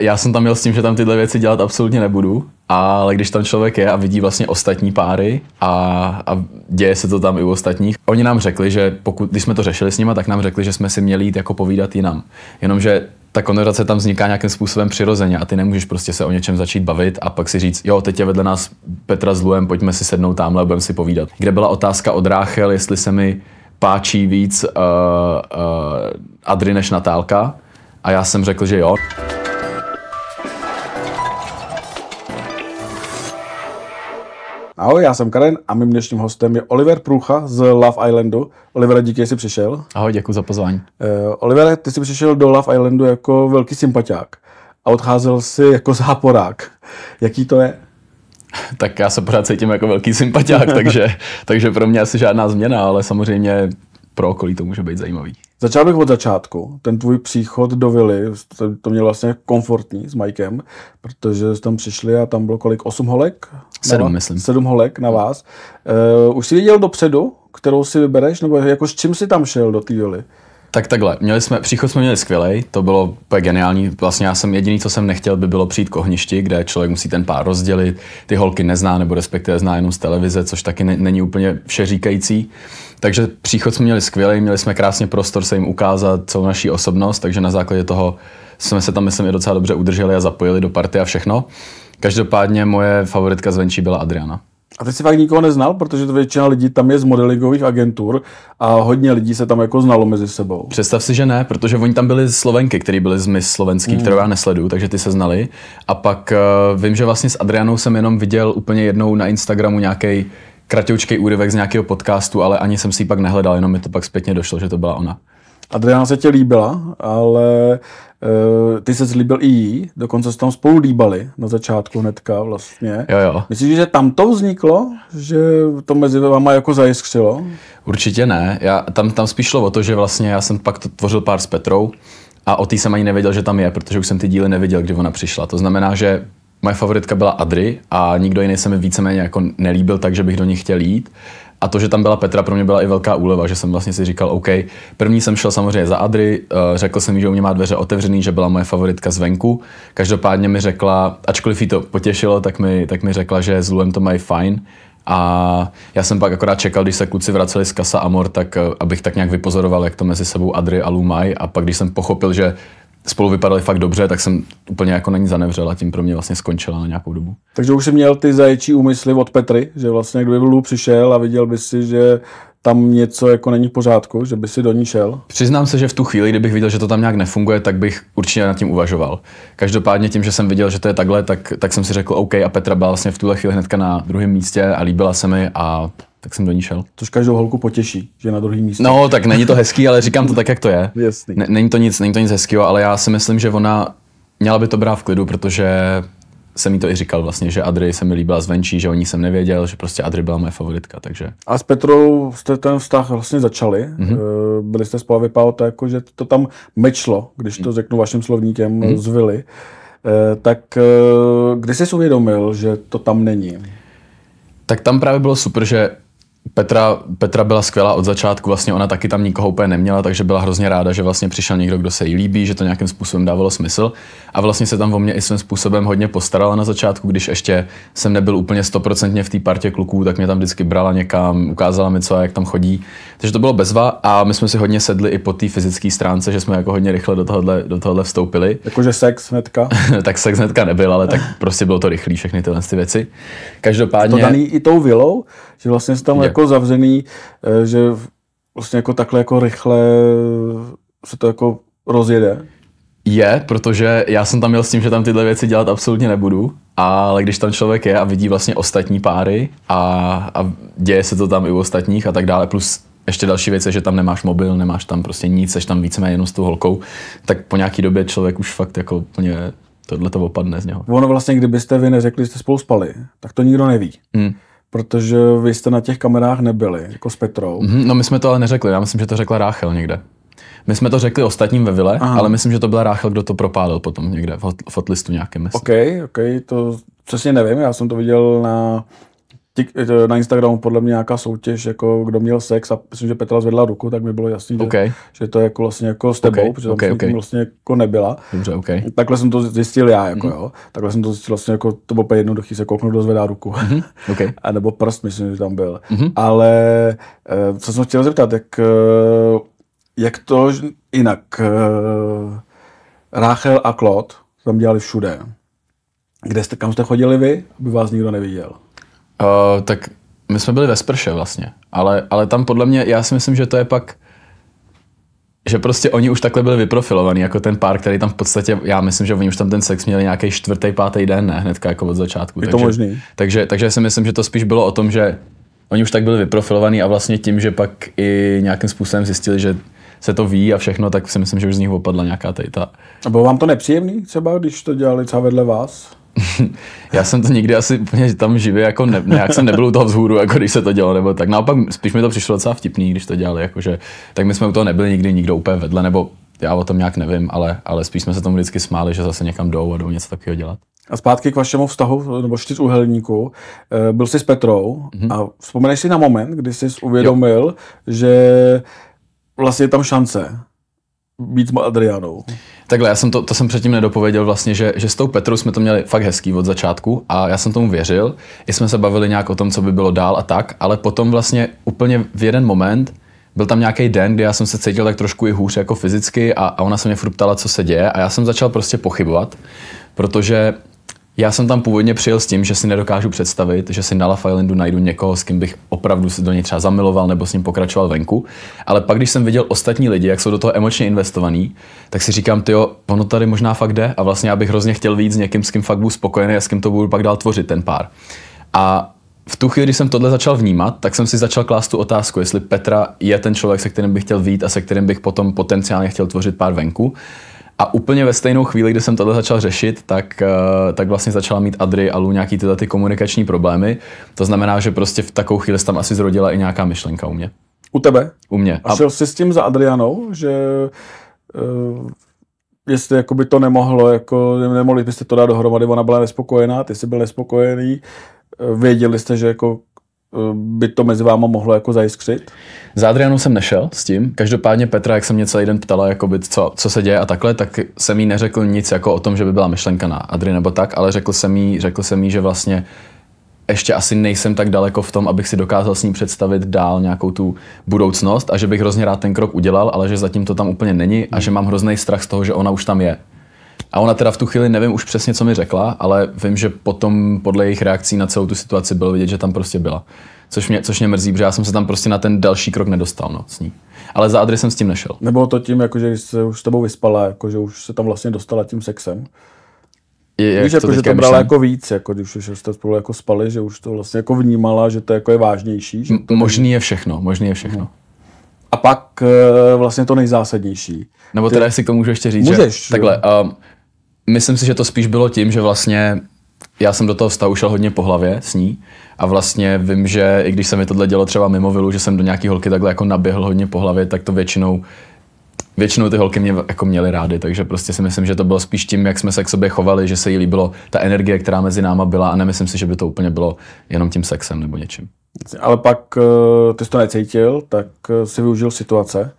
já jsem tam měl s tím, že tam tyhle věci dělat absolutně nebudu, ale když tam člověk je a vidí vlastně ostatní páry a děje se to tam i u ostatních, oni nám řekli, že když jsme to řešili s nima, tak nám řekli, že jsme si měli jít jako povídat jinam. Jenomže ta konverzace tam vzniká nějakým způsobem přirozeně a ty nemůžeš prostě se o něčem začít bavit a pak si říct, jo, teď je vedle nás Petra s Luem, pojďme si sednout tamhle a budeme si povídat. Kde byla otázka od Ráchel, jestli se mi páčí víc Adry než Natálka a já jsem řekl, že jo. Ahoj, já jsem Karen a mým dnešním hostem je Oliver Průcha z Love Islandu. Oliver, díky, že jsi přišel. Ahoj, děkuji za pozvání. Oliver, ty jsi přišel do Love Islandu jako velký sympatiák a odcházel jsi jako záporák. Jaký to je? Tak já se pořád cítím jako velký sympatiák, takže pro mě asi žádná změna, ale samozřejmě pro okolí to může být zajímavý. Začal bych od začátku. Ten tvůj příchod do vily, to měl vlastně komfortní s Mikem, protože jste tam přišli a tam bylo kolik? 8 holek? 7, myslím. 7 holek na vás. Už jsi viděl dopředu, kterou si vybereš, nebo jako s čím jsi tam šel do té vily? Tak takhle, příchod jsme měli skvělej, to bylo úplně geniální, vlastně já jsem jediný, co jsem nechtěl, by bylo přijít k ohništi, kde člověk musí ten pár rozdělit, ty holky nezná, nebo respektive zná jenom z televize, což taky není úplně všeříkající. Takže příchod jsme měli skvělej, měli jsme krásně prostor se jim ukázat celou naší osobnost, takže na základě toho jsme se tam, myslím, i docela dobře udrželi a zapojili do party a všechno. Každopádně moje favoritka zvenčí byla Adriana. A ty jsi fakt nikoho neznal, protože to většina lidí tam je z modelingových agentur a hodně lidí se tam jako znalo mezi sebou. Představ si, že ne, protože oni tam byli Slovenky, který byli z Miss Slovenský, kterou já nesleduju, takže ty se znali. A pak vím, že vlastně s Adrianou jsem jenom viděl úplně jednou na Instagramu nějaký kratoučkej úryvek z nějakého podcastu, ale ani jsem si ji pak nehledal, jenom mi to pak zpětně došlo, že to byla ona. Adriana se tě líbila, ale ty se líbil i jí, dokonce se tam spolu líbali na začátku hnedka vlastně. Jo. Myslíš, že tam to vzniklo, že to mezi váma jako zajiskřilo? Určitě ne, tam spíš šlo o to, že vlastně já jsem pak to tvořil pár s Petrou a o té jsem ani nevěděl, že tam je, protože už jsem ty díly neviděl, kdy ona přišla. To znamená, že moje favoritka byla Adry a nikdo jiný se mi víceméně jako nelíbil, takže bych do ní chtěl jít. A to, že tam byla Petra, pro mě byla i velká úleva, že jsem vlastně si říkal, OK, první jsem šel samozřejmě za Adry, řekl jsem jí, že u mě má dveře otevřený, že byla moje favoritka zvenku. Každopádně mi řekla, ačkoliv jí to potěšilo, tak mi řekla, že s Luem to mají fajn. A já jsem pak akorát čekal, když se kluci vraceli z Casa Amor, tak abych tak nějak vypozoroval, jak to mezi sebou Adry a Lu mají. A pak když jsem pochopil, že spolu vypadali fakt dobře, tak jsem úplně jako na ní zanevřel a tím pro mě vlastně skončila na nějakou dobu. Takže už jsi měl ty zaječí úmysly od Petry, že vlastně kdyby Lu přišel a viděl by si, že tam něco jako není v pořádku, že by si do ní šel? Přiznám se, že v tu chvíli, kdybych viděl, že to tam nějak nefunguje, tak bych určitě nad tím uvažoval. Každopádně tím, že jsem viděl, že to je takhle, tak jsem si řekl OK a Petra byla vlastně v tuhle chvíli hnedka na druhém místě a líbila se mi a tak jsem do ní šel. Což každou holku potěší, že na druhém místě. No, tak není to hezký, ale říkám to tak, jak to je. Jasný. Není to nic hezkýho, ale já si myslím, že ona měla by to brát v klidu, protože jsem jí to i říkal vlastně, že Adry se mi líbila zvenčí, že o ní jsem nevěděl, že prostě Adry byla moje favoritka, takže. A s Petrou jste ten vztah vlastně začali. Byli jste spolu, vypadalo to jako, že to tam mečlo, když to řeknu vaším slovníkem z vily. Tak kdy jsi uvědomil, že to tam není? Tak tam právě bylo super, že Petra byla skvělá od začátku, vlastně ona taky tam nikoho úplně neměla, takže byla hrozně ráda, že vlastně přišel někdo, kdo se jí líbí, že to nějakým způsobem dávalo smysl a vlastně se tam o mě i svým způsobem hodně postarala na začátku, když ještě jsem nebyl úplně 100% v té partě kluků, tak mě tam vždycky brala někam, ukázala mi co a jak tam chodí, takže to bylo bezva a my jsme si hodně sedli i po té fyzické stránce, že jsme jako hodně rychle do tohohle vstoupili. Jakože sex hnedka? Tak sex hnedka nebyl, ale tak prostě bylo to rychlý všechny tyhle věci. Každopádně to daný i tou vilou, že vlastně se tam jako zavřený, že vlastně jako takhle jako rychle se to jako rozjede. Je, protože já jsem tam měl s tím, že tam tyhle věci dělat absolutně nebudu, ale když tam člověk je a vidí vlastně ostatní páry a děje se to tam i u ostatních a tak dále, plus ještě další věc je, že tam nemáš mobil, nemáš tam prostě nic, seš tam víceméně jenom s tou holkou, tak po nějaký době člověk už fakt jako úplně tohle to opadne z něho. Ono vlastně, kdybyste vy neřekli, že jste spolu spali, tak to nikdo neví. Protože vy jste na těch kamerách nebyli, jako s Petrou. No my jsme to ale neřekli, já myslím, že to řekla Ráchel někde. My jsme to řekli ostatním ve vile, ale myslím, že to byla Ráchel, kdo to propálil potom někde v hotlistu nějakém. OK, to přesně nevím, já jsem to viděl na na Instagramu podle mě nějaká soutěž, jako kdo měl sex a myslím, že Petra zvedla ruku, tak mi bylo jasný, že to je jako vlastně jako s tebou, protože tam vlastně jako nebyla. Dobře, okay. Takhle jsem to zjistil já, jako jo. Takhle jsem to zjistil vlastně jako, to bylo jednoduchý se kouknout, kdo zvedá ruku. Okay. A nebo prst, myslím, že tam byl. Ale co jsem chtěl zeptat, jak to jinak Rachel a Claude tam dělali všude. Kam jste chodili vy, aby vás nikdo neviděl? Tak my jsme byli ve sprše vlastně, ale tam podle mě, já si myslím, že to je pak, že prostě oni už takhle byli vyprofilovaní, jako ten pár, který tam v podstatě, já myslím, že oni už tam ten sex měli nějaký 4., 5. den, ne, hnedka jako od začátku. Je to možný. Takže si myslím, že to spíš bylo o tom, že oni už tak byli vyprofilovaní a vlastně tím, že pak i nějakým způsobem zjistili, že se to ví a všechno, tak si myslím, že už z nich opadla nějaká tejta. A bylo vám to nepříjemný třeba, když to dělali třeba vedle vás? Já jsem to nikdy asi úplně tam živě, jako nějak jsem nebyl u toho vzhůru, jako když se to dělo, nebo tak. Naopak spíš mi to přišlo docela vtipný, když to dělali, jakože, tak my jsme u toho nebyli nikdy nikdo úplně vedle, nebo já o tom nějak nevím, ale spíš jsme se tomu vždycky smáli, že zase někam jdou a jdou něco takového dělat. A zpátky k vašemu vztahu, nebo 4úhelníku, byl jsi s Petrou a vzpomeneš si na moment, kdy jsi uvědomil, že vlastně je tam šance být s Adrianou. Takhle, já jsem to jsem předtím nedopověděl vlastně, že s tou Petrou jsme to měli fakt hezký od začátku a já jsem tomu věřil. I jsme se bavili nějak o tom, co by bylo dál a tak, ale potom vlastně úplně v jeden moment byl tam nějaký den, kdy já jsem se cítil tak trošku i hůř jako fyzicky a ona se mě furt ptala, co se děje a já jsem začal prostě pochybovat, protože já jsem tam původně přijel s tím, že si nedokážu představit, že si na Love Islandu najdu někoho, s kým bych opravdu se do něj třeba zamiloval nebo s ním pokračoval venku. Ale pak, když jsem viděl ostatní lidi, jak jsou do toho emočně investovaní, tak si říkám, tyjo, ono tady možná fakt jde a vlastně já bych hrozně chtěl víc s někým, s kým fakt budu spokojený a s kým to budu pak dál tvořit ten pár. A v tu chvíli, když jsem tohle začal vnímat, tak jsem si začal klást tu otázku, jestli Petra je ten člověk, se kterým bych chtěl vít a se kterým bych potom potenciálně chtěl tvořit pár venku. A úplně ve stejnou chvíli, kdy jsem tohle začal řešit, tak vlastně začala mít Adri a Lu nějaký tyhle ty komunikační problémy. To znamená, že prostě v takovou chvíli se tam asi zrodila i nějaká myšlenka u mě. U tebe? U mě. A šel jsi s tím za Adrianou, že jestli jakoby to nemohli byste to dát dohromady, ona byla nespokojená, ty jsi byl nespokojený, věděli jste, že jako by to mezi váma mohlo jako zajiskřit? Za Adrianou jsem nešel s tím. Každopádně Petra, jak se mě celý den ptala, jakoby, co se děje a takhle, tak jsem jí neřekl nic jako o tom, že by byla myšlenka na Adri nebo tak, ale řekl jsem jí, že vlastně ještě asi nejsem tak daleko v tom, abych si dokázal s ní představit dál nějakou tu budoucnost a že bych hrozně rád ten krok udělal, ale že zatím to tam úplně není a že mám hrozný strach z toho, že ona už tam je. A ona teda v tu chvíli nevím už přesně, co mi řekla, ale vím, že potom podle jejich reakcí na celou tu situaci bylo vidět, že tam prostě byla. Což mě mrzí, protože já jsem se tam prostě na ten další krok nedostal, s ní. Ale za Adri jsem s tím nešel. Nebylo to tím, jako, že se už s tebou vyspala, jako, že už se tam vlastně dostala tím sexem? Víš, jako, že to brala jako víc, jako, když už jste spolu jako spali, že už to vlastně jako vnímala, že to jako je vážnější. Že to možný je všechno. A pak vlastně to nejzásadnější. Nebo teda jestli k tomu můžu ještě říct, můžeš, že takhle, myslím si, že to spíš bylo tím, že vlastně já jsem do toho vztahu šel hodně po hlavě s ní a vlastně vím, že i když se mi tohle dělo třeba mimo vilu, že jsem do nějaký holky takhle jako naběhl hodně po hlavě, tak to většinou ty holky mě jako měly rády, takže prostě si myslím, že to bylo spíš tím, jak jsme se k sobě chovali, že se jí líbilo ta energie, která mezi náma byla a nemyslím si, že by to úplně bylo jenom tím sexem nebo něčím. Ale pak ty jsi to necítil, tak si využil situace.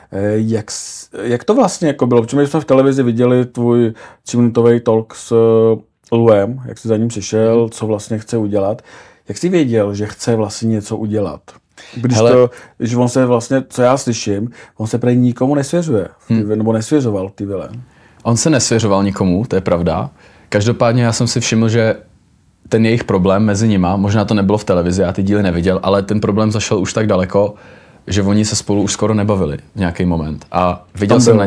Jak to vlastně jako bylo? Protože my jsme v televizi viděli tvůj 3minutový talk s Luem, jak jsi za ním přišel, co vlastně chce udělat. Jak jsi věděl, že chce vlastně něco udělat? Když on se vlastně, co já slyším, on se prý nikomu nesvěřuje, nebo nesvěřoval ty vile. On se nesvěřoval nikomu, to je pravda. Každopádně já jsem si všiml, že ten jejich problém mezi nima, možná to nebylo v televizi, já ty díly neviděl, ale ten problém zašel už tak daleko, že oni se spolu už skoro nebavili v nějaký moment. A viděl jsem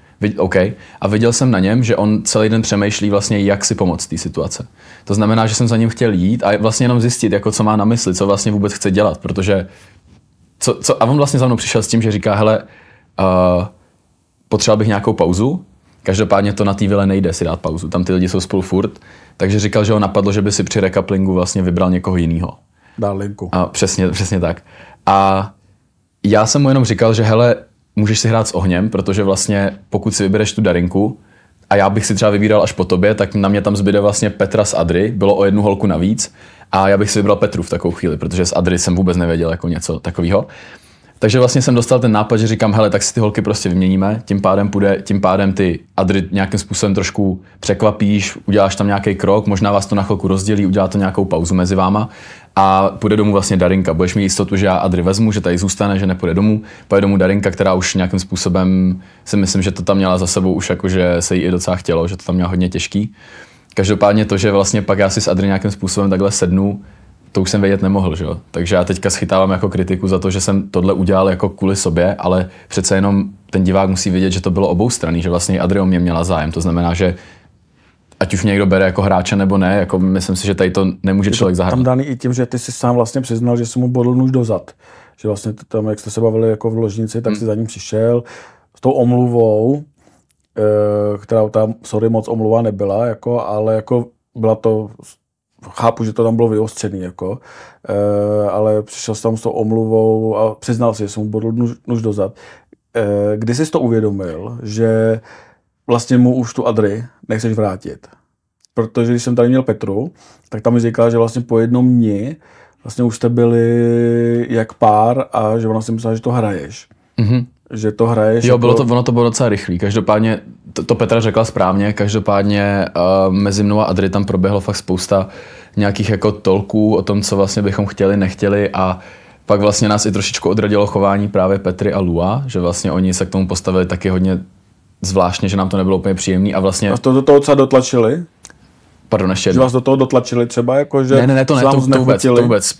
na něm, že on celý den přemýšlí vlastně, jak si pomoct té situace. To znamená, že jsem za ním chtěl jít a vlastně jenom zjistit, jako co má na mysli, co vlastně vůbec chce dělat, protože a on vlastně za mnou přišel s tím, že říká, hele, potřeboval bych nějakou pauzu, každopádně to na té vile nejde si dát pauzu, tam ty lidi jsou spolu furt, takže říkal, že ho napadlo, že by si při rekaplingu vlastně vybral někoho jiného. Dál linku. A přesně tak. A já jsem mu jenom říkal, že hele, můžeš si hrát s ohněm, protože vlastně pokud si vybereš tu Darinku a já bych si třeba vybíral až po tobě, tak na mě tam zbyde vlastně Petra s Adry, bylo o jednu holku navíc a já bych si vybral Petru v takovou chvíli, protože s Adry jsem vůbec nevěděl jako něco takového. Takže vlastně jsem dostal ten nápad, že říkám, hele, tak si ty holky prostě vyměníme, tím pádem ty Adry nějakým způsobem trošku překvapíš, uděláš tam nějaký krok, možná vás to na chvilku rozdělí, udělá to nějakou pauzu mezi váma a půjde domů vlastně Darinka. Budeš mít jistotu, že já Adry vezmu, že tady zůstane, že nepůjde domů, půjde domů Darinka, která už nějakým způsobem si myslím, že to tam měla za sebou už jako, že se jí i docela chtělo, že to tam měla hodně těžký. Každopádně to, že vlastně pak já si s Adry nějakým způsobem takhle sednu, to už jsem vědět nemohl, že jo. Takže já teďka schytávám jako kritiku za to, že jsem tohle udělal jako kvůli sobě, ale přece jenom ten divák musí vědět, že to bylo oboustranný, že vlastně Adry o mě měla zájem. To znamená, že ať už mě někdo bere jako hráče nebo ne, jako myslím si, že tady to nemůže člověk zahrnout. Tam daný i tím, že ty si sám vlastně přiznal, že jsi mu bodl nůž dozad. Že vlastně tam, jak jste se bavili jako v ložnici, tak si za ním přišel s tou omluvou, která tam, sorry, moc omluva nebyla, jako, ale jako byla to, chápu, že to tam bylo vyostřený, jako, ale přišel jsi tam s tou omluvou a přiznal si, že jsi mu bodl nůž dozad. Kdy jsi to uvědomil, že vlastně mu už tu Adry nechceš vrátit? Protože když jsem tady měl Petru, tak tam mi říkala, že vlastně po jednom dni vlastně už jste byli jak pár a že ona si myslela, že to hraješ. Mm-hmm. Že to hraješ. Jo, jako... ono to bylo docela rychlý. Každopádně, to Petra řekla správně, každopádně mezi mnou a Adry tam proběhlo fakt spousta nějakých jako tolků o tom, co vlastně bychom chtěli, nechtěli a pak vlastně nás i trošičku odradilo chování právě Petry a Lua, že vlastně oni se k tomu postavili taky hodně zvláštně, že nám to nebylo úplně příjemný a vlastně... Vás to do toho třeba dotlačili? Pardon, ještě jednou. Že vás do toho dotlačili třeba, jako že... Ne, to vůbec.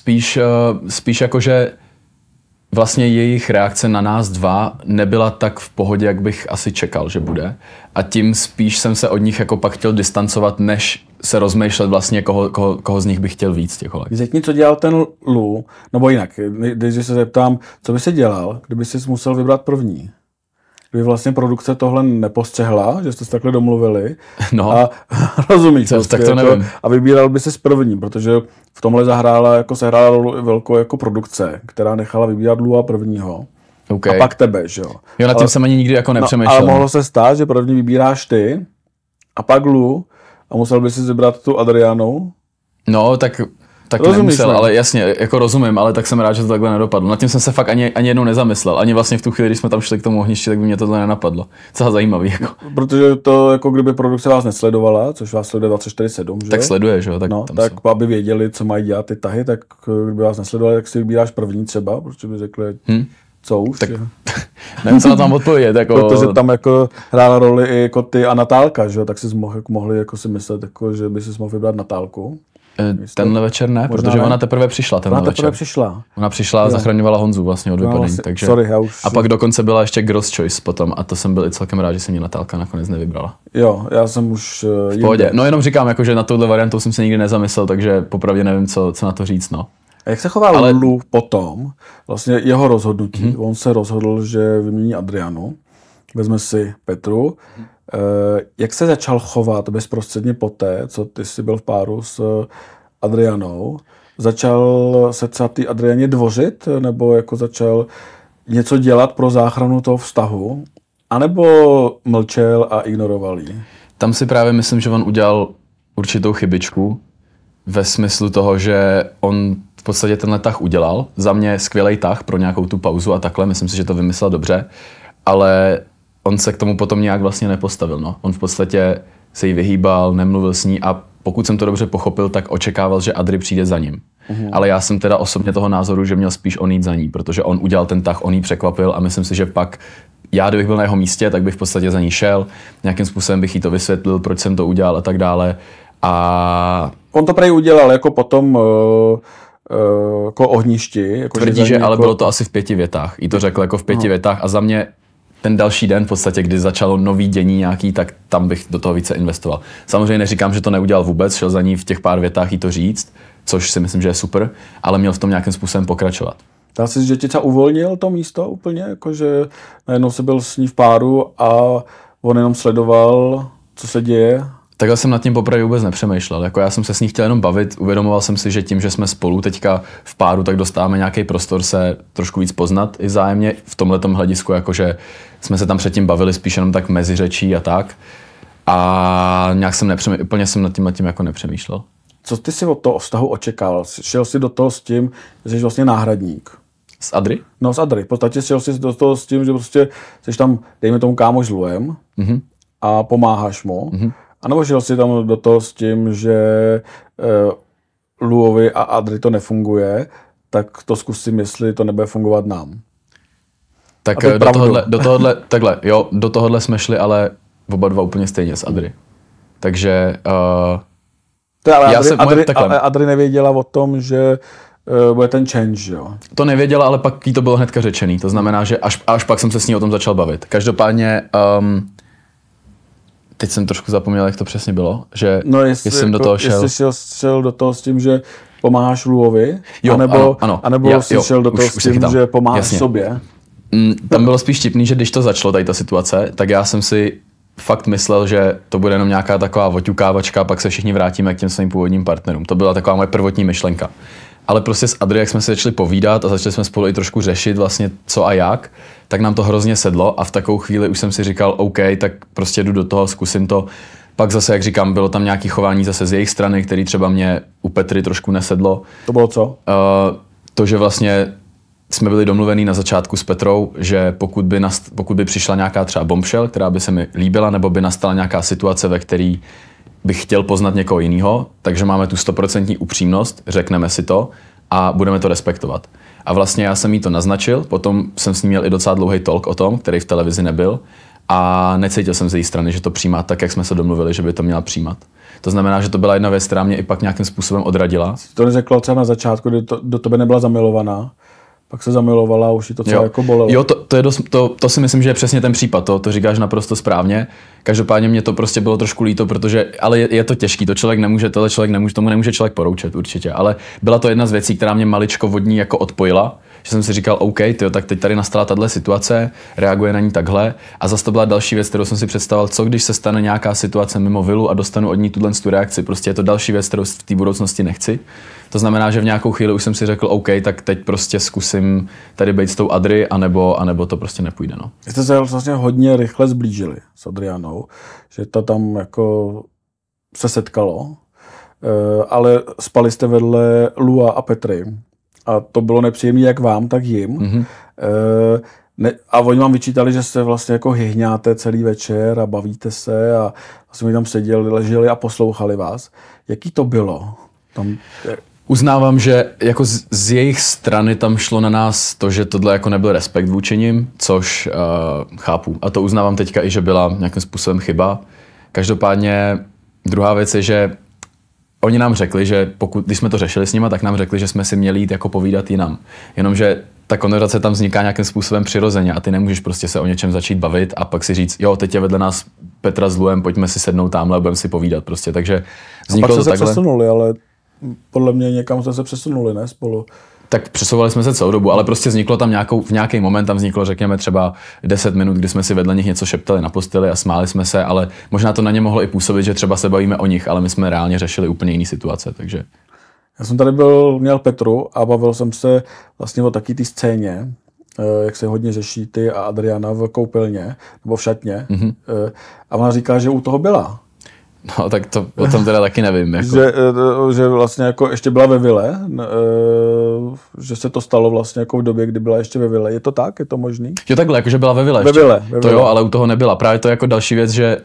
Spíš jako, že vlastně jejich reakce na nás dva nebyla tak v pohodě, jak bych asi čekal, že bude. A tím spíš jsem se od nich jako pak chtěl distancovat, než se rozmýšlet vlastně, koho z nich bych chtěl víc těch holek. Řekni, co dělal ten Lu, nebo jinak, když se zeptám, co by si dělal, kdyby jsi musel vybrat první? Kdyby vlastně produkce tohle nepostřehla, že jste se takhle domluvili. No. A rozumíš, tak to nevím. A vybíral by se s první, protože v tomhle sehrála roli velkou jako produkce, která nechala vybírat Lua prvního. Okay. A pak tebe, že jo. Jo, nad tím jsem ani nikdy jako nepřemýšlel. Ale mohlo se stát, že první vybíráš ty a pak Lu a musel by si vybrat tu Adrianu. No, tak nemusel, ale jasně, jako rozumím, ale tak jsem rád, že to takhle nedopadlo. Nad tím jsem se fakt ani jednou nezamyslel. Ani vlastně v tu chvíli, když jsme tam šli k tomu ohništi, tak by mě tohle nenapadlo. Celá zajímavý. Jako. Protože to, jako kdyby produkce vás nesledovala, což vás sleduje 24/7, že? Tak sleduje, že jo? Tak aby věděli, co mají dělat ty tahy, tak kdyby vás nesledovali, tak si vybíráš první třeba, protože by řekli, co už. Tak nevím, co na tam odpovědět. Jako... Protože tam jako hrála roli i jako ty a Natálka, že jo? Tak si mohli jako si myslet, jako, že by si mohl vybrat Natálku. Tenhle večer ne, protože ona teprve přišla Ona přišla a zachraňovala Honzu vlastně od vypadení. Vlastně, takže... sorry, já už... A pak dokonce byla ještě Girls Choice potom a to jsem byl i celkem rád, že se mě Natálka nakonec nevybrala. Jo, já jsem už... v pohodě. No jenom říkám, jako, že na touhle variantou jsem se nikdy nezamyslel, takže popravdě nevím, co na to říct, no. A jak se chová Lu potom, vlastně jeho rozhodnutí, on se rozhodl, že vymění Adrianu, vezme si Petru. Jak se začal chovat bezprostředně poté, co ty jsi byl v páru s Adrianou? Začal se třeba ty Adrianě dvořit, nebo jako začal něco dělat pro záchranu toho vztahu? A nebo mlčel a ignoroval ji? Tam si právě myslím, že on udělal určitou chybičku ve smyslu toho, že on v podstatě tenhle tah udělal. Za mě skvělej tah pro nějakou tu pauzu a takhle. Myslím si, že to vymyslel dobře, ale on se k tomu potom nějak vlastně nepostavil. No. On v podstatě se jí vyhýbal, nemluvil s ní a pokud jsem to dobře pochopil, tak očekával, že Adry přijde za ním. Ale já jsem teda osobně toho názoru, že měl spíš on jít za ní, protože on udělal ten tah, on jí překvapil a myslím si, že pak já, kdybych byl na jeho místě, tak bych v podstatě za ní šel, nějakým způsobem bych jí to vysvětlil, proč jsem to udělal a tak dále. A on to prej udělal jako potom jako ohništi. Jako tvrdí, že ale bylo to asi v 5 větách. Jí to řekl jako v 5 větách a za mě ten další den v podstatě, kdy začalo nový dění nějaký, tak tam bych do toho více investoval. Samozřejmě neříkám, že to neudělal vůbec, šel za ní v těch pár větách jí to říct, což si myslím, že je super, ale měl v tom nějakým způsobem pokračovat. Dá se, že ti třeba uvolnil to místo úplně, jakože najednou se byl s ní v páru a on jenom sledoval, co se děje? Takhle jsem nad tím popravdě vůbec nepřemýšlel. Jako já jsem se s ní chtěl jenom bavit, uvědomoval jsem si, že tím, že jsme spolu teďka v páru, tak dostáváme nějaký prostor se trošku víc poznat i vzájemně v tomhletom hledisku, jakože jsme se tam předtím bavili spíš jenom tak mezi řečí a tak. A nějak úplně jsem nad tím jako nepřemýšlel. Co ty si od toho vztahu očekával? Šel jsi do toho s tím, že jsi vlastně náhradník? S Adry? No s Adry. V podstatě šel jsi do toho s tím, že prostě jsi tam, dejme tomu kámoš s Luem a pomáháš mu. A nebo šel jsi tam do toho s tím, že Luovi a Adry to nefunguje, tak to zkusím, jestli to nebude fungovat nám. Tak do tohohle jsme šli, ale oba dva úplně stejně s Adry. Takže... ale Adry nevěděla o tom, že bude ten change, jo? To nevěděla, ale pak jí to bylo hnedka řečený. To znamená, že až pak jsem se s ní o tom začal bavit. Každopádně... teď jsem trošku zapomněl, jak to přesně bylo, že jestli jsem do toho šel... Jestli šel do toho s tím, že pomáháš Luovi, anebo jsi šel do toho s tím, že pomáháš sobě. Tam bylo spíš vtipný, že když to začalo, tady ta situace, tak já jsem si fakt myslel, že to bude jenom nějaká taková oťukávačka a pak se všichni vrátíme k těm svým původním partnerům. To byla taková moje prvotní myšlenka. Ale prostě s Adry, jak jsme se začali povídat a začali jsme spolu i trošku řešit vlastně co a jak, tak nám to hrozně sedlo a v takovou chvíli už jsem si říkal, OK, tak prostě jdu do toho, zkusím to. Pak zase, jak říkám, bylo tam nějaké chování zase z jejich strany, který třeba mě u Petry trošku nesedlo. To bylo co? To, že vlastně jsme byli domluvení na začátku s Petrou, že pokud by přišla nějaká třeba bombshell, která by se mi líbila, nebo by nastala nějaká situace, ve které bych chtěl poznat někoho jiného, takže máme tu 100% upřímnost, řekneme si to a budeme to respektovat. A vlastně já jsem jí to naznačil, potom jsem s ní měl i docela dlouhý talk o tom, který v televizi nebyl a necítil jsem z její strany, že to přijímá tak, jak jsme se domluvili, že by to měla přijímat. To znamená, že to byla jedna věc, která mě i pak nějakým způsobem odradila. To neřekla třeba na začátku, kdy do tebe nebyla zamilovaná, pak se zamilovala a už ji to celé jako bolelo. Jo, to si myslím, že je přesně ten případ, to říkáš naprosto správně. Každopádně mě to prostě bylo trošku líto, protože, ale je to těžký, tomu nemůže člověk poroučet určitě, ale byla to jedna z věcí, která mě maličko vodní jako odpojila, že jsem si říkal, OK, tak teď tady nastala tahle situace, reaguje na ní takhle a zase to byla další věc, kterou jsem si představoval, co když se stane nějaká situace mimo vilu a dostanu od ní tu reakci, prostě je to další věc, kterou v té budoucnosti nechci. To znamená, že v nějakou chvíli už jsem si řekl, OK, tak teď prostě zkusím tady být s tou Adry, anebo to prostě nepůjde. No. Jste se vlastně hodně rychle zblížili s Adrianou, že to tam jako se setkalo, ale spali jste vedle Lua a Petry. A to bylo nepříjemné jak vám, tak jim. A oni vám vyčítali, že jste vlastně jako hyhňáte celý večer a bavíte se a vlastně tam seděli, leželi a poslouchali vás. Jaký to bylo? Uznávám, že jako z jejich strany tam šlo na nás to, že tohle jako nebyl respekt vůči nim, což chápu. A to uznávám teďka i, že byla nějakým způsobem chyba. Každopádně druhá věc je, že oni nám řekli, že když jsme to řešili s nima, tak nám řekli, že jsme si měli jít jako povídat jinam. Jenomže ta konverzace tam vzniká nějakým způsobem přirozeně a ty nemůžeš prostě se o něčem začít bavit a pak si říct, jo, teď je vedle nás Petra s Luem, pojďme si sednout tamhle a budeme si povídat prostě. Takže vzniklo to takhle. A pak se přesunuli, ale podle mě někam jste se přesunuli, ne spolu? Tak přesouvali jsme se celou dobu, ale prostě vzniklo tam v nějaký moment, tam vzniklo řekněme třeba 10 minut, kdy jsme si vedle nich něco šeptali na posteli a smáli jsme se, ale možná to na ně mohlo i působit, že třeba se bavíme o nich, ale my jsme reálně řešili úplně jiný situace, takže... Já jsem tady měl Petru a bavil jsem se vlastně o taky té scéně, jak se hodně řeší ty a Adriana v koupelně, nebo v šatně. A ona říká, že u toho byla. No, tak to o tom teda taky nevím. Jako. Že vlastně jako ještě byla ve vile, že se to stalo vlastně jako v době, kdy byla ještě ve vile. Je to tak? Je to možný? Jo, takhle, jakože byla ve vile. Ve vile. To jo, ale u toho nebyla. Právě to je jako další věc, že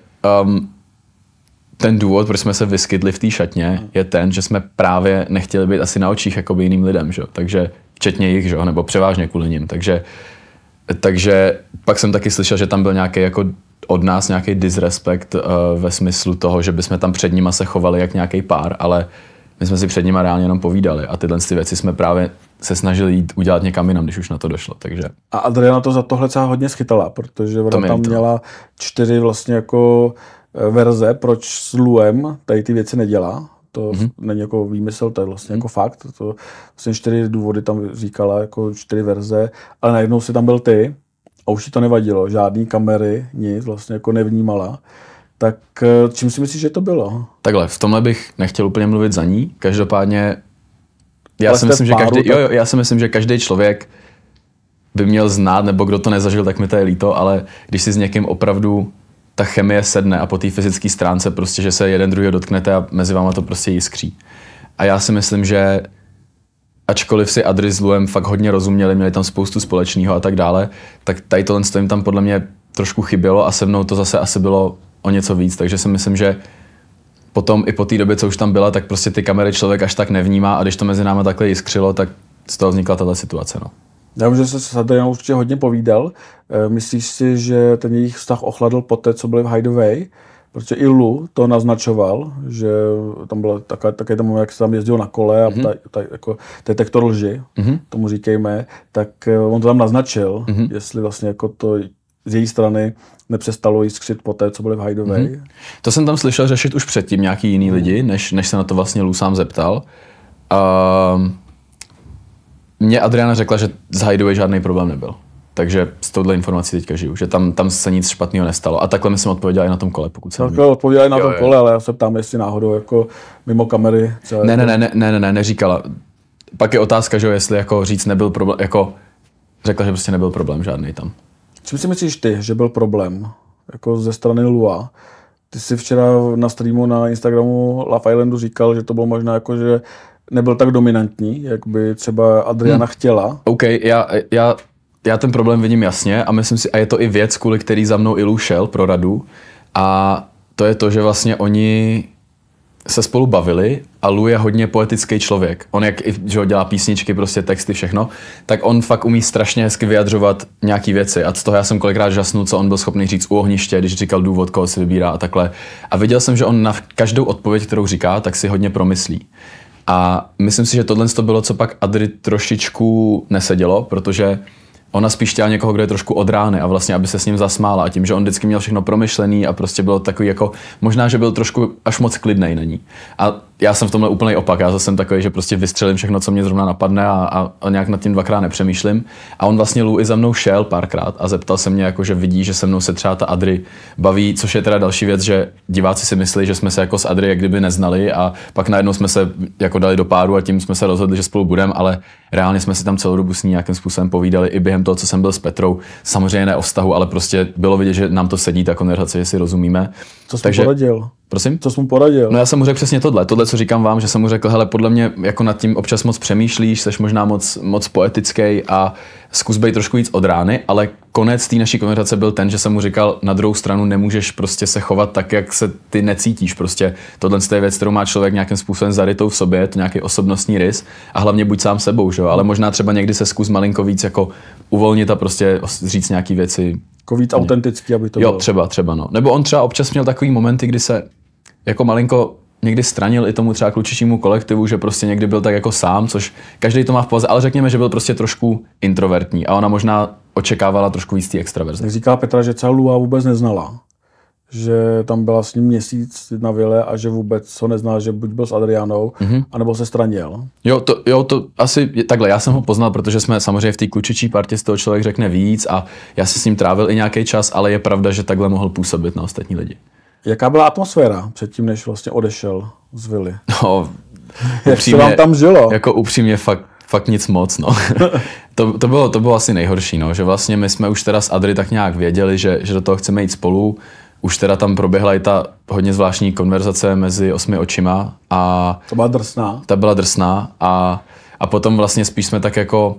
ten důvod, proč jsme se vyskytli v té šatně, je ten, že jsme právě nechtěli být asi na očích jakoby jiným lidem, že? Takže včetně jich, že? Nebo převážně kvůli nim. Takže pak jsem taky slyšel, že tam byl nějaký jako od nás nějaký disrespekt ve smyslu toho, že bychom tam před nima se chovali jak nějaký pár, ale my jsme si před nima reálně jenom povídali a tyhle věci jsme právě se snažili jít udělat někam jinam, když už na to došlo, takže... A Adriana to za tohle celá hodně schytala, protože ona tam měla 4 vlastně jako verze, proč s Luem tady ty věci nedělá. To není jako výmysl, to je vlastně jako fakt. To vlastně 4 důvody tam říkala, jako 4 verze, ale najednou si tam byl ty a už jí to nevadilo, žádný kamery, nic, vlastně jako nevnímala. Tak čím si myslíš, že to bylo? Takhle, v tomhle bych nechtěl úplně mluvit za ní, každopádně já si myslím, že každý člověk by měl znát, nebo kdo to nezažil, tak mi to je líto, ale když si s někým opravdu ta chemie sedne a po té fyzické stránce prostě, že se jeden druhýho dotknete a mezi váma to prostě jiskří. A já si myslím, že ačkoliv si Adri s Luem fakt hodně rozuměli, měli tam spoustu společného a tak dále, tak tady tohle jim tam podle mě trošku chybělo a se mnou to zase asi bylo o něco víc, takže si myslím, že potom i po té době, co už tam byla, tak prostě ty kamery člověk až tak nevnímá a když to mezi náma takhle jiskřilo, tak z toho vznikla tato situace. No. Já vím, že se s Adrianou určitě hodně povídal. Myslíš si, že ten jejich vztah ochladl po té, co byli v Hideaway? Protože i Lu to naznačoval, že tam byl také ten moment, jak se tam jezdil na kole a jako detektor lži, tomu říkejme, tak on to tam naznačil, jestli vlastně jako to z její strany nepřestalo jiskřit po té, co byli v Hideaway. To jsem tam slyšel řešit už předtím nějaký jiný lidi, než se na to vlastně Lu sám zeptal. Mně Adriana řekla, že z Hideaway žádný problém nebyl. Takže s touhle informací teďka žiju, že tam se nic špatného nestalo. A takhle mi jsem odpověděl i na tom kole, pokud se takhle odpověděl i na tom kole, ale já se ptám, jestli náhodou jako mimo kamery. Ne, neříkala. Pak je otázka, že jestli jako říct nebyl problém, jako řekla, že prostě nebyl problém žádný tam. Čím si myslíš ty, že byl problém jako ze strany Lua? Ty jsi včera na streamu na Instagramu Love Islandu říkal, že to bylo možná jako, že nebyl tak dominantní, jak by třeba Adriana chtěla. OK, já ten problém vidím jasně a myslím si, a je to i věc, kvůli který za mnou Ilu šel pro radu, a to je to, že vlastně oni se spolu bavili a Lu je hodně poetický člověk. On že ho dělá písničky, prostě texty, všechno, tak on fakt umí strašně hezky vyjadřovat nějaký věci a z toho já jsem kolikrát žasnul, co on byl schopný říct u ohniště, když říkal důvod, koho si vybírá a takhle. A viděl jsem, že on na každou odpověď, kterou říká, tak si hodně promyslí. A myslím si, že tohle to bylo, co pak Adri trošičku nesedělo, protože ona spíš chtěla někoho, kdo je trošku od rány a vlastně, aby se s ním zasmála. A tím, že on vždycky měl všechno promyšlený a prostě bylo takový jako, možná, že byl trošku až moc klidnej na ní. A já jsem v tomhle úplný opak. Já jsem takový, že prostě vystřelím všechno, co mě zrovna napadne a nějak nad tím dvakrát nepřemýšlím. A on vlastně Lu i za mnou šel párkrát a zeptal se mě, jako, že vidí, že se mnou se třeba ta Adri baví, což je teda další věc, že diváci si myslí, že jsme se jako s Adri jak kdyby neznali a pak najednou jsme se jako dali do páru a tím jsme se rozhodli, že spolu budeme, ale reálně jsme si tam celou dobu s ní nějakým způsobem povídali i během toho, co jsem byl s Petrou. Samozřejmě ne o vztahu, ale prostě bylo vidět, že nám to sedí ta konverzace, že si rozumíme. Co jsi mu poradil? Prosím? Co jsi mu poradil? No já jsem mu řekl přesně tohle, co říkám vám, že jsem mu řekl, hele, podle mě jako nad tím občas moc přemýšlíš, seš možná moc poetický a zkus být trošku víc od rány, ale konec té naší konverzace byl ten, že jsem mu říkal, na druhou stranu nemůžeš prostě se chovat tak, jak se ty necítíš. Prostě tohle je věc, kterou má člověk nějakým způsobem zarytou v sobě, je to nějaký osobnostní rys a hlavně buď sám sebou, že jo, ale možná třeba někdy se zkus malinko víc jako uvolnit a prostě říct nějaký věci. Jako víc autentický, aby to bylo. Jo, třeba no. Nebo on třeba občas měl takový momenty, kdy se jako malinko někdy stranil i tomu třeba klučičímu kolektivu, že prostě někdy byl tak jako sám, což každý to má v povaze, ale řekněme, že byl prostě trošku introvertní a ona možná očekávala trošku víc té extraverze. Tak říká Petra, že třeba Lua vůbec neznala, že tam byla s ním měsíc na vile a že vůbec ho neznal, že buď byl s Adrianou, anebo se stranil. Jo, to asi takhle, já jsem ho poznal, protože jsme samozřejmě v té klučičí partě z toho člověk řekne víc a já si s ním trávil i nějaký čas, ale je pravda, že takhle mohl působit na ostatní lidi. Jaká byla atmosféra předtím, než vlastně odešel z vily? No, jak se vám tam žilo? Jako upřímně fakt nic moc, no. to bylo asi nejhorší, no, že vlastně my jsme už teda s Adri tak nějak věděli, že do toho chceme jít spolu. Už teda tam proběhla i ta hodně zvláštní konverzace mezi 8 očima a... To byla drsná. Ta byla drsná a potom vlastně spíš jsme tak jako...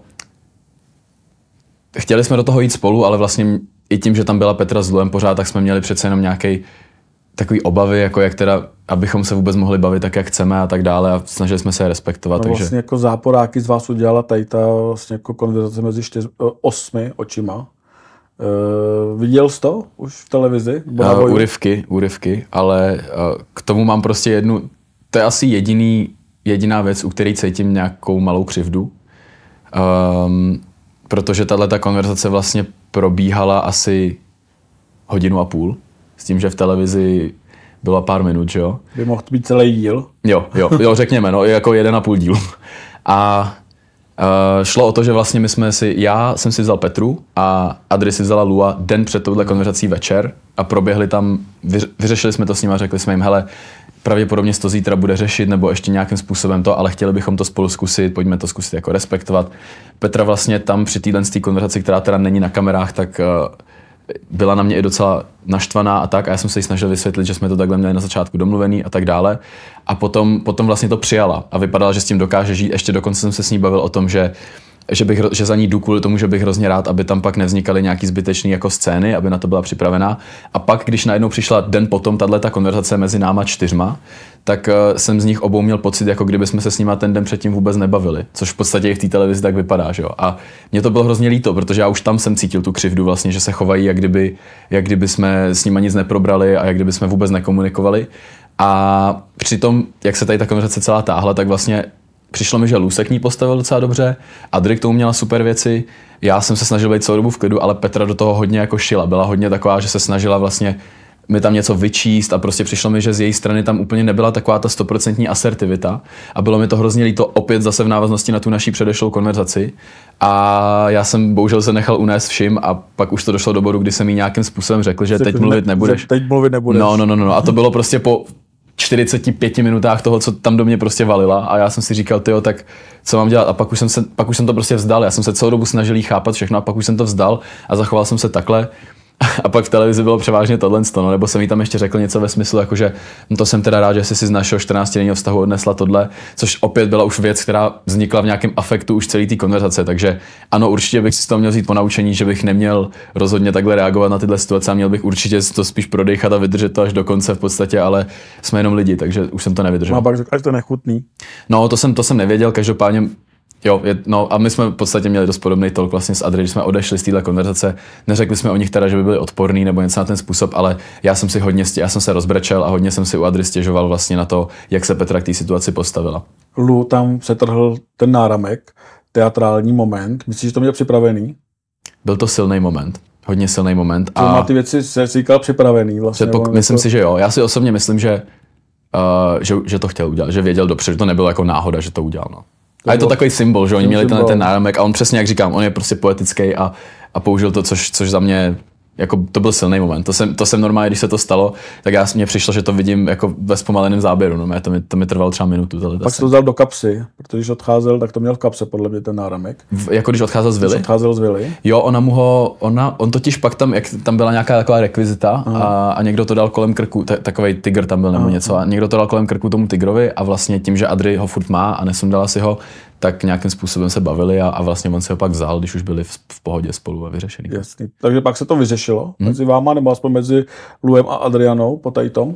Chtěli jsme do toho jít spolu, ale vlastně i tím, že tam byla Petra s Luem pořád, tak jsme měli přece jenom nějaký takový obavy, jako jak teda, abychom se vůbec mohli bavit tak, jak chceme a tak dále a snažili jsme se je respektovat. No takže... vlastně jako záporáky z vás udělala tady ta vlastně jako konverzace mezi 8 očima. Viděl jsi to už v televizi? Úryvky, ale k tomu mám prostě jednu, to je asi jediná věc, u které cítím nějakou malou křivdu, protože tato konverzace vlastně probíhala asi 1.5 hodiny, s tím, že v televizi bylo pár minut, že jo? By mohl být celý díl. Jo, řekněme, no, jako 1,5 dílu. A šlo o to, že vlastně já jsem si vzal Petru a Adri si vzala Lua den před touhle konverzací večer a proběhli tam, vyřešili jsme to s nimi a řekli jsme jim, hele, pravděpodobně to zítra bude řešit nebo ještě nějakým způsobem to, ale chtěli bychom to spolu zkusit, pojďme to zkusit jako respektovat. Petra vlastně tam při téhle konverzaci, která teda není na kamerách, tak byla na mě i docela naštvaná a tak a já jsem se jí snažil vysvětlit, že jsme to takhle měli na začátku domluvený a tak dále a potom vlastně to přijala a vypadala, že s tím dokáže žít, ještě dokonce jsem se s ní bavil o tom, že za ní jdu kvůli tomu, že bych hrozně rád, aby tam pak nevznikaly nějaký zbytečný jako scény, aby na to byla připravená. A pak, když najednou přišla den potom tato konverzace mezi náma 4, tak jsem z nich obou měl pocit, jako kdyby jsme se s nima ten den předtím vůbec nebavili, což v podstatě i v té televizi tak vypadá, že jo. A mě to bylo hrozně líto, protože já už tam jsem cítil tu křivdu vlastně, že se chovají, jak kdyby jsme s nima nic neprobrali a jak kdyby jsme vůbec nekomunikovali. A přitom, jak se tady ta konverzace celá táhla, tak vlastně přišlo mi, že Luse k ní postavil docela dobře, Adri k tomu měla super věci, já jsem se snažil být celou dobu v klidu, ale Petra do toho hodně jako šila, byla hodně taková, že se snažila vlastně mi tam něco vyčíst a prostě přišlo mi, že z její strany tam úplně nebyla taková ta 100% asertivita a bylo mi to hrozně líto opět zase v návaznosti na tu naší předešlou konverzaci a já jsem bohužel se nechal unést všim a pak už to došlo do bodu, kdy jsem jí nějakým způsobem řekl, že teď mluvit nebudeš. Teď mluvit nebudeš. No a to bylo prostě po 45 minutách toho, co tam do mě prostě valila a já jsem si říkal, tyjo, tak co mám dělat a pak už jsem to prostě vzdal, já jsem se celou dobu snažil jí chápat všechno a pak už jsem to vzdal a zachoval jsem se takhle a pak v televizi bylo převážně tohle, no, nebo jsem jí tam ještě řekl něco ve smyslu, jakože no to jsem teda rád, že jsi si z našeho 14denního vztahu odnesla tohle, což opět byla už věc, která vznikla v nějakém afektu už celý té konverzace, takže ano, určitě bych si z toho měl vzít ponaučení, že bych neměl rozhodně takhle reagovat na tyhle situace a měl bych určitě to spíš prodejchat a vydržet to až do konce v podstatě, ale jsme jenom lidi, takže už jsem to nevydržel. A pak řekl, že to je nechutný. No, to jsem nevěděl, každopádně jo, a my jsme v podstatě měli dost podobný talk vlastně s Adri, když jsme odešli z téhle konverzace. Neřekli jsme o nich teda, že by byli odporní nebo něco na ten způsob, ale já jsem se rozbrečel a hodně jsem si u Adri stěžoval vlastně na to, jak se Petra k té situaci postavila. Lu tam přetrhl ten náramek, teatrální moment. Myslíš, že to měl připravený? Byl to silný moment. Hodně silný moment. A má ty věci se říkal připravený vlastně. Myslím si, že jo. Já si osobně myslím, že to chtěl udělat, že věděl dopředu, že to nebylo jako náhoda, že to udělal. No. A je to takový symbol, že oni měli ten náramek a on přesně, jak říkám, on je prostě poetický a použil to, což za mě, jako to byl silný moment. To jsem normálně, když se to stalo, tak mně přišlo, že to vidím jako ve zpomaleném záběru, no, to mi trvalo třeba minutu. Pak to vzal do kapsy, protože když odcházel, tak to měl v kapse podle mě ten náramek. Jako když odcházel z vily? Když odcházel z vily. Jo, on totiž pak tam, jak tam byla nějaká taková rekvizita a někdo to dal kolem krku, takovej tygr tam byl nebo něco a někdo to dal kolem krku tomu tygrovi a vlastně tím, že Adri ho furt má a nesundala si ho, tak nějakým způsobem se bavili a vlastně on si ho pak vzal, když už byli v pohodě spolu a vyřešený. Jasný. Takže pak se to vyřešilo mezi váma, nebo aspoň mezi Luem a Adrianou po tady tom?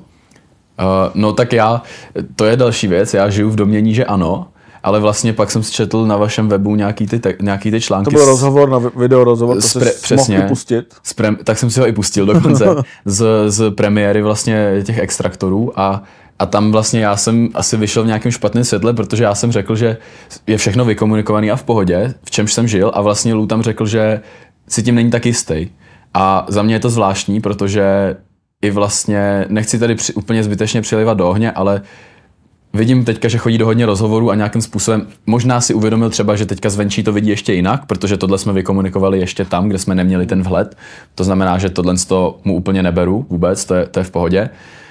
No tak to je další věc, já žiju v domnění, že ano, ale vlastně pak jsem četl na vašem webu nějaký ty články. To byl rozhovor, videorozhovor, to se mohl i pustit. Tak jsem si ho i pustil dokonce z premiéry vlastně těch extraktorů a tam vlastně já jsem asi vyšel v nějakém špatném světle, protože já jsem řekl, že je všechno vykomunikovaný a v pohodě, v čemž jsem žil a vlastně Lou tam řekl, že si tím není tak jistý. A za mě je to zvláštní, protože i vlastně nechci tady úplně zbytečně přilivat do ohně, ale vidím teďka, že chodí do hodně rozhovorů a nějakým způsobem možná si uvědomil třeba, že teďka zvenčí to vidí ještě jinak, protože tohle jsme vykomunikovali ještě tam, kde jsme neměli ten vhled. To znamená, že tohle mu úplně neberu vůbec, to je v pohodě.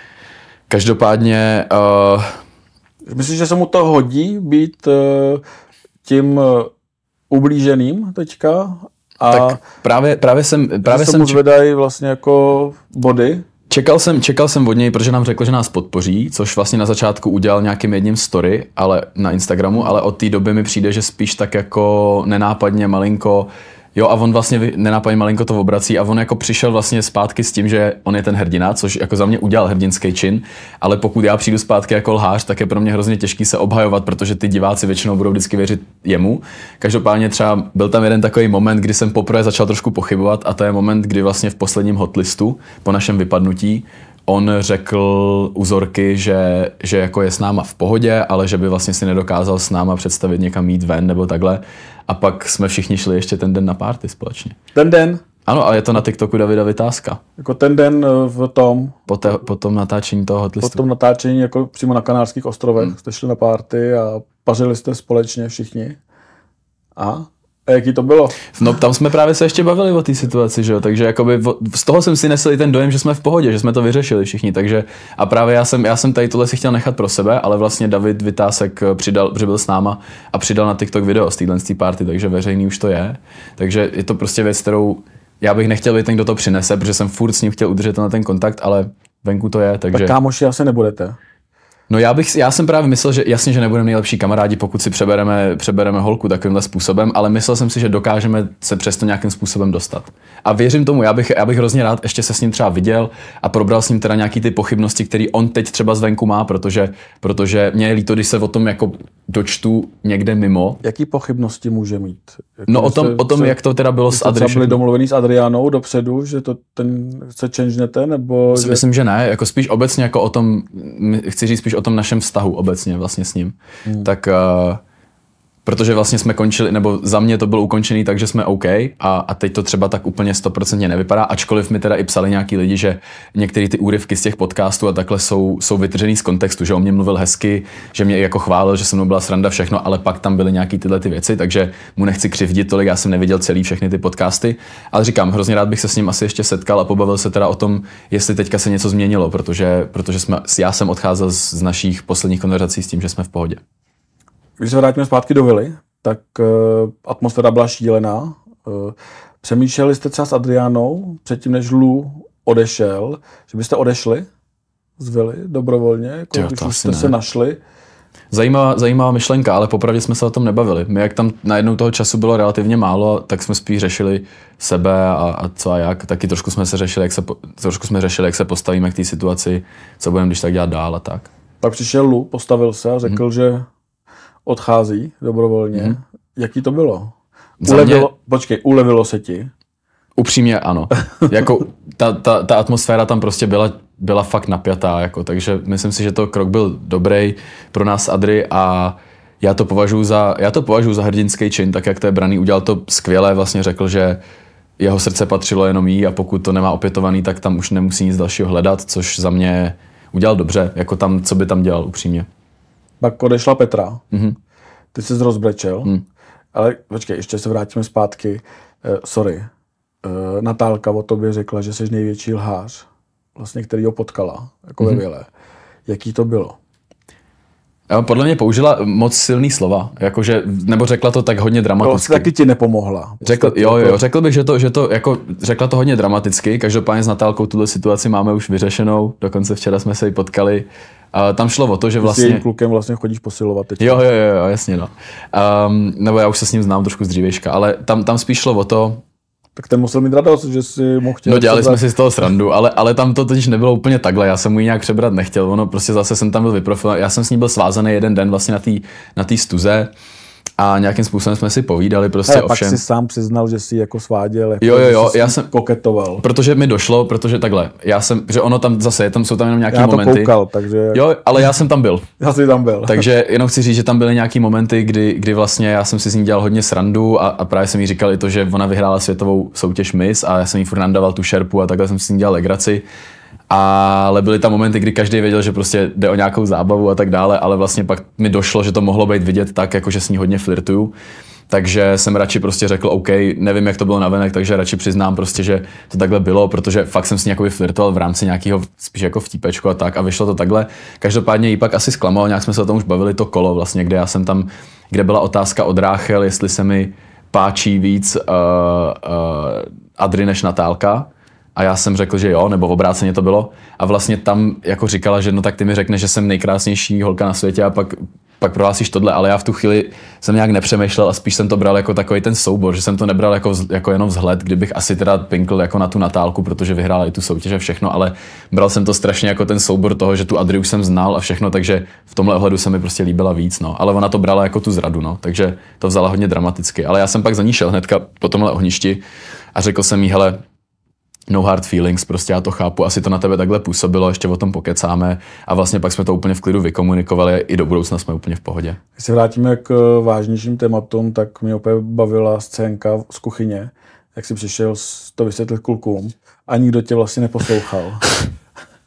Každopádně... Myslíš, že se mu to hodí být tím ublíženým teďka? Tak právě jsem mu zvedají vlastně jako body? Čekal jsem od něj, protože nám řekl, že nás podpoří, což vlastně na začátku udělal nějakým jedním story, ale na Instagramu, ale od té doby mi přijde, že spíš tak jako nenápadně malinko. Jo, a on vlastně nenápadně malinko to obrací a on jako přišel vlastně zpátky s tím, že on je ten hrdina, což jako za mě udělal hrdinský čin, ale pokud já přijdu zpátky jako lhář, tak je pro mě hrozně těžký se obhajovat, protože ty diváci většinou budou vždycky věřit jemu. Každopádně třeba byl tam jeden takový moment, kdy jsem poprvé začal trošku pochybovat a to je moment, kdy vlastně v posledním hotlistu po našem vypadnutí on řekl u Zorky, že jako je s náma v pohodě, ale že by vlastně si nedokázal s náma představit někam jít ven nebo takhle. A pak jsme všichni šli ještě ten den na party společně. Ten den? Ano, ale je to na TikToku Davida Vytázka. Jako ten den v tom? Po tom natáčení toho hotlistu. Po tom natáčení jako přímo na Kanárských ostrovech jste šli na party a pařili jste společně všichni. A jaký to bylo? No tam jsme právě se ještě bavili o té situaci, že jo, takže jakoby z toho jsem si nesl i ten dojem, že jsme v pohodě, že jsme to vyřešili všichni, takže a právě já jsem tady tohle si chtěl nechat pro sebe, ale vlastně David Vytázek byl s náma a přidal na TikTok video z téhle party, takže veřejný už to je, takže je to prostě věc, kterou já bych nechtěl být ten, kdo to přinese, protože jsem furt s ním chtěl udržet na ten kontakt, ale venku to je, takže... Tak kámoši asi nebudete. No já jsem právě myslel, že jasně, že nebudeme nejlepší kamarádi, pokud si přebereme holku takovýmhle způsobem, ale myslel jsem si, že dokážeme se přesto nějakým způsobem dostat. A věřím tomu, já bych hrozně rád ještě se s ním třeba viděl a probral s ním teda nějaký ty pochybnosti, které on teď třeba zvenku má, protože mě je líto, když se o tom jako dočtu někde mimo. Jaký pochybnosti může mít? No o tom, jak to teda bylo s Adri. Byli domluvený s Adriánou dopředu, že to ten se changenete, nebo... Myslím, že ne, jako spíš obecně jako o tom, chci říct spíš o tom našem vztahu obecně vlastně s ním. Tak protože vlastně jsme končili, nebo za mě to bylo ukončený, takže jsme OK a teď to třeba tak úplně 100% nevypadá, ačkoliv mi teda i psali nějaký lidi, že některé ty úryvky z těch podcastů a takhle jsou vytržený z kontextu, že o mě mluvil hezky, že mě jako chválil, že se mnou byla sranda všechno, ale pak tam byly nějaký tyhle ty věci, takže mu nechci křivdit tolik, já jsem neviděl celý všechny ty podcasty, ale říkám, hrozně rád bych se s ním asi ještě setkal a pobavil se teda o tom, jestli teďka se něco změnilo, protože já jsem odcházel z našich posledních konverzací s tím, že jsme v pohodě. Když se vrátíme zpátky do vily, tak atmosféra byla šílená. Přemýšleli jste třeba s Adriánou předtím, než Lu odešel, že byste odešli z vily dobrovolně, jako když už jste se našli? Zajímavá myšlenka, ale popravdě jsme se o tom nebavili. My, jak tam najednou toho času bylo relativně málo, tak jsme spíš řešili sebe a co a jak. Taky trošku jsme řešili, jak se postavíme k té situaci, co budeme když tak dělat dál a tak. Pak přišel Lu, postavil se a řekl, že odchází dobrovolně. Jaký to bylo? Ulevilo se ti? Upřímně ano. Jako ta atmosféra tam prostě byla fakt napjatá, jako, takže myslím si, že to krok byl dobrý pro nás Adri a já to považuji za hrdinský čin, tak jak to je braný. Udělal to skvěle, vlastně řekl, že jeho srdce patřilo jenom jí a pokud to nemá opětovaný, tak tam už nemusí nic dalšího hledat, což za mě udělal dobře, jako tam, co by tam dělal upřímně. Pak odešla Petra. Ty jsi rozbrečel. Ale počkej, ještě se vrátíme zpátky. Natálka o tobě řekla, že jsi největší lhář, vlastně, který ho potkala, jako ve vile. Jaký to bylo? Podle mě použila moc silný slova, jakože, nebo řekla to tak hodně dramaticky. To taky ti nepomohla. Řekl bych, že to jako řekla to hodně dramaticky, každopádně s Natálkou tuhle situaci máme už vyřešenou, dokonce včera jsme se ji potkali. Tam šlo o to, že vlastně... S jejím klukem vlastně chodíš posilovat teď. Jo, jasně no. Nebo já už se s ním znám trošku z dřívějška, ale tam spíš šlo o to... Tak ten musel mít radost, že si mohl chtěl... No dělali jsme si z toho srandu, ale tam to totiž nebylo úplně takhle, já jsem mu ji nějak přebrat nechtěl, ono prostě zase jsem tam byl vyprofilovaný, já jsem s ní byl svázaný jeden den vlastně na té stuze a nějakým způsobem jsme si povídali prostě o všem. Pak si sám přiznal, že si jako sváděl, jako jo, já jsem koketoval. Protože mi došlo, protože takhle, že ono tam zase, jsou tam jenom nějaký momenty. Já to koukal, takže... Jo, ale já jsem tam byl. Já jsi tam byl. Takže jenom chci říct, že tam byly nějaký momenty, kdy vlastně já jsem si s ní dělal hodně srandu a právě jsem jí říkal i to, že ona vyhrála světovou soutěž Miss a já jsem jí furt nandával tu šerpu a takhle jsem si s ní dělal legraci. Ale byly tam momenty, kdy každý věděl, že prostě jde o nějakou zábavu a tak dále, ale vlastně pak mi došlo, že to mohlo být vidět tak, jako že s ní hodně flirtuju. Takže jsem radši prostě řekl, OK, nevím, jak to bylo navenek, takže radši přiznám prostě, že to takhle bylo, protože fakt jsem s ní jakoby flirtoval v rámci nějakého spíš jako vtípečku a tak a vyšlo to takhle. Každopádně jí pak asi zklamal, nějak jsme se o tom už bavili, to kolo vlastně, kde byla otázka od Ráchel, jestli se mi páčí víc Adri než Natálka. A já jsem řekl, že jo, nebo obráceně to bylo. A vlastně tam jako říkala, že no tak ty mi řekneš, že jsem nejkrásnější holka na světě a pak prohlásíš tohle, ale já v tu chvíli jsem nějak nepřemýšlel a spíš jsem to bral jako takový ten soubor, že jsem to nebral jako jenom vzhled, kdybych asi teda pinkl jako na tu Natálku, protože vyhrála i tu soutěž a všechno, ale bral jsem to strašně jako ten soubor toho, že tu Adri už jsem znal a všechno, takže v tomhle ohledu se mi prostě líbila víc, no. Ale ona to brala jako tu zradu, no, takže to vzala hodně dramaticky. Ale já jsem pak za ní šel hnedka po tomhle ohništi a řekl jsem jí, hele, no hard feelings, prostě já to chápu, asi to na tebe takhle působilo, ještě o tom pokecáme a vlastně pak jsme to úplně v klidu vykomunikovali, i do budoucna jsme úplně v pohodě. Když se vrátíme k vážnějším tématům, tak mě opět bavila scénka z kuchyně, jak jsi přišel to vysvětlit klukům a nikdo tě vlastně neposlouchal.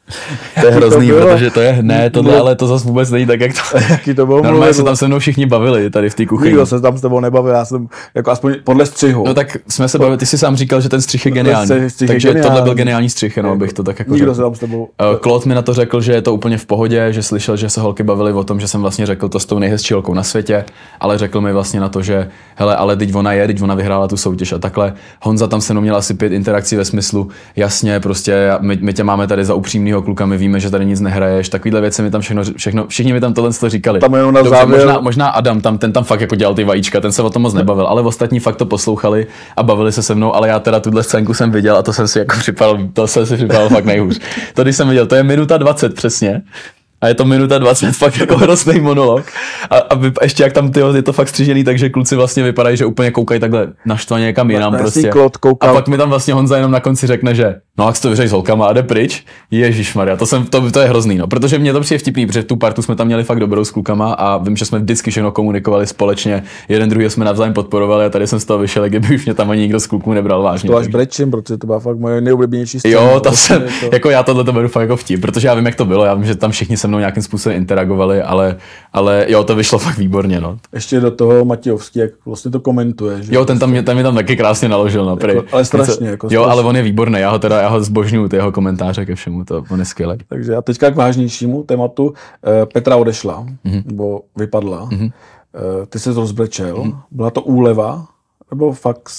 To je hrozný, protože to je, ne, tohle, ale to zase vůbec není tak, jak to. Jaký to bylo? Normálně se tam se mnou všichni bavili tady v té kuchyni. Nikdo se tam s tebou nebavil, já jsem jako aspoň podle střihu. No tak jsme se bavili, ty jsi sám říkal, že ten střih je geniální. Takže tohle byl geniální střih, jenom abych to tak jako nikdo řekl. se tam s tebou... Claude mi na to řekl, že je to úplně v pohodě, že slyšel, že se holky bavily o tom, že jsem vlastně řekl to s tou nejhezčí holkou na světě, ale řekl mi vlastně na to, že hele, ale teď ona vyhrála tu soutěž a takhle. Honza tam se mnou měl asi 5 interakcí ve smyslu, jasně, prostě my tě máme tady za upřímnýho kluka, my víme, že tady nic nehraješ, takovýhle věci mi tam všechno všichni mi tam tohle říkali. Tam jenom na závěr... možná Adam, ten tam fakt jako dělal ty vajíčka, ten se o tom moc nebavil, ale ostatní fakt to poslouchali a bavili se mnou, ale já teda tuhle scénku jsem viděl a to jsem si jako připadal fakt nejhůř. To když jsem viděl, to je minuta 20 přesně. A je to minuta 20, fakt jako hrozný monolog. A ještě jak tam je to fakt střížený, takže kluci vlastně vypadají, že úplně koukají takhle naštvaně někam jinam prostě. A pak mi tam vlastně Honza jenom na konci řekne, že no jak jsi to vyřeš s holkama a jde pryč. Ježišmarja, to je hrozný, no. Protože mě to přijde vtipný, protože tu partu jsme tam měli fakt dobrou s klukama a vím, že jsme vždycky všechno komunikovali společně. Jeden druhý jsme navzájem podporovali a tady jsem z toho vyšel, kdyby už mě tam ani nikdo z kluků nebral vážně. To až brečím, protože to byla fakt moje nejoblíbenější scéna. Jo, tam jsem, jako já tohle to beru fakt jako vtip, protože já vím, jak to bylo, já vím, že tam všichni se mnou nějakým způsobem interagovali, ale jo, to vyšlo fakt výborně, no. Ještě do toho Matějovský, jak vlastně to komentuje. Že jo, ten mi tam taky krásně naložil, no. Jako, ale strašně, jako jo, ale on je výborný, já ho zbožňuju, ty jeho komentáře ke všemu, on je skvělý. Takže a teďka k vážnějšímu tématu. Petra odešla, nebo vypadla. Ty se rozbrečel. Byla to úleva, nebo fakt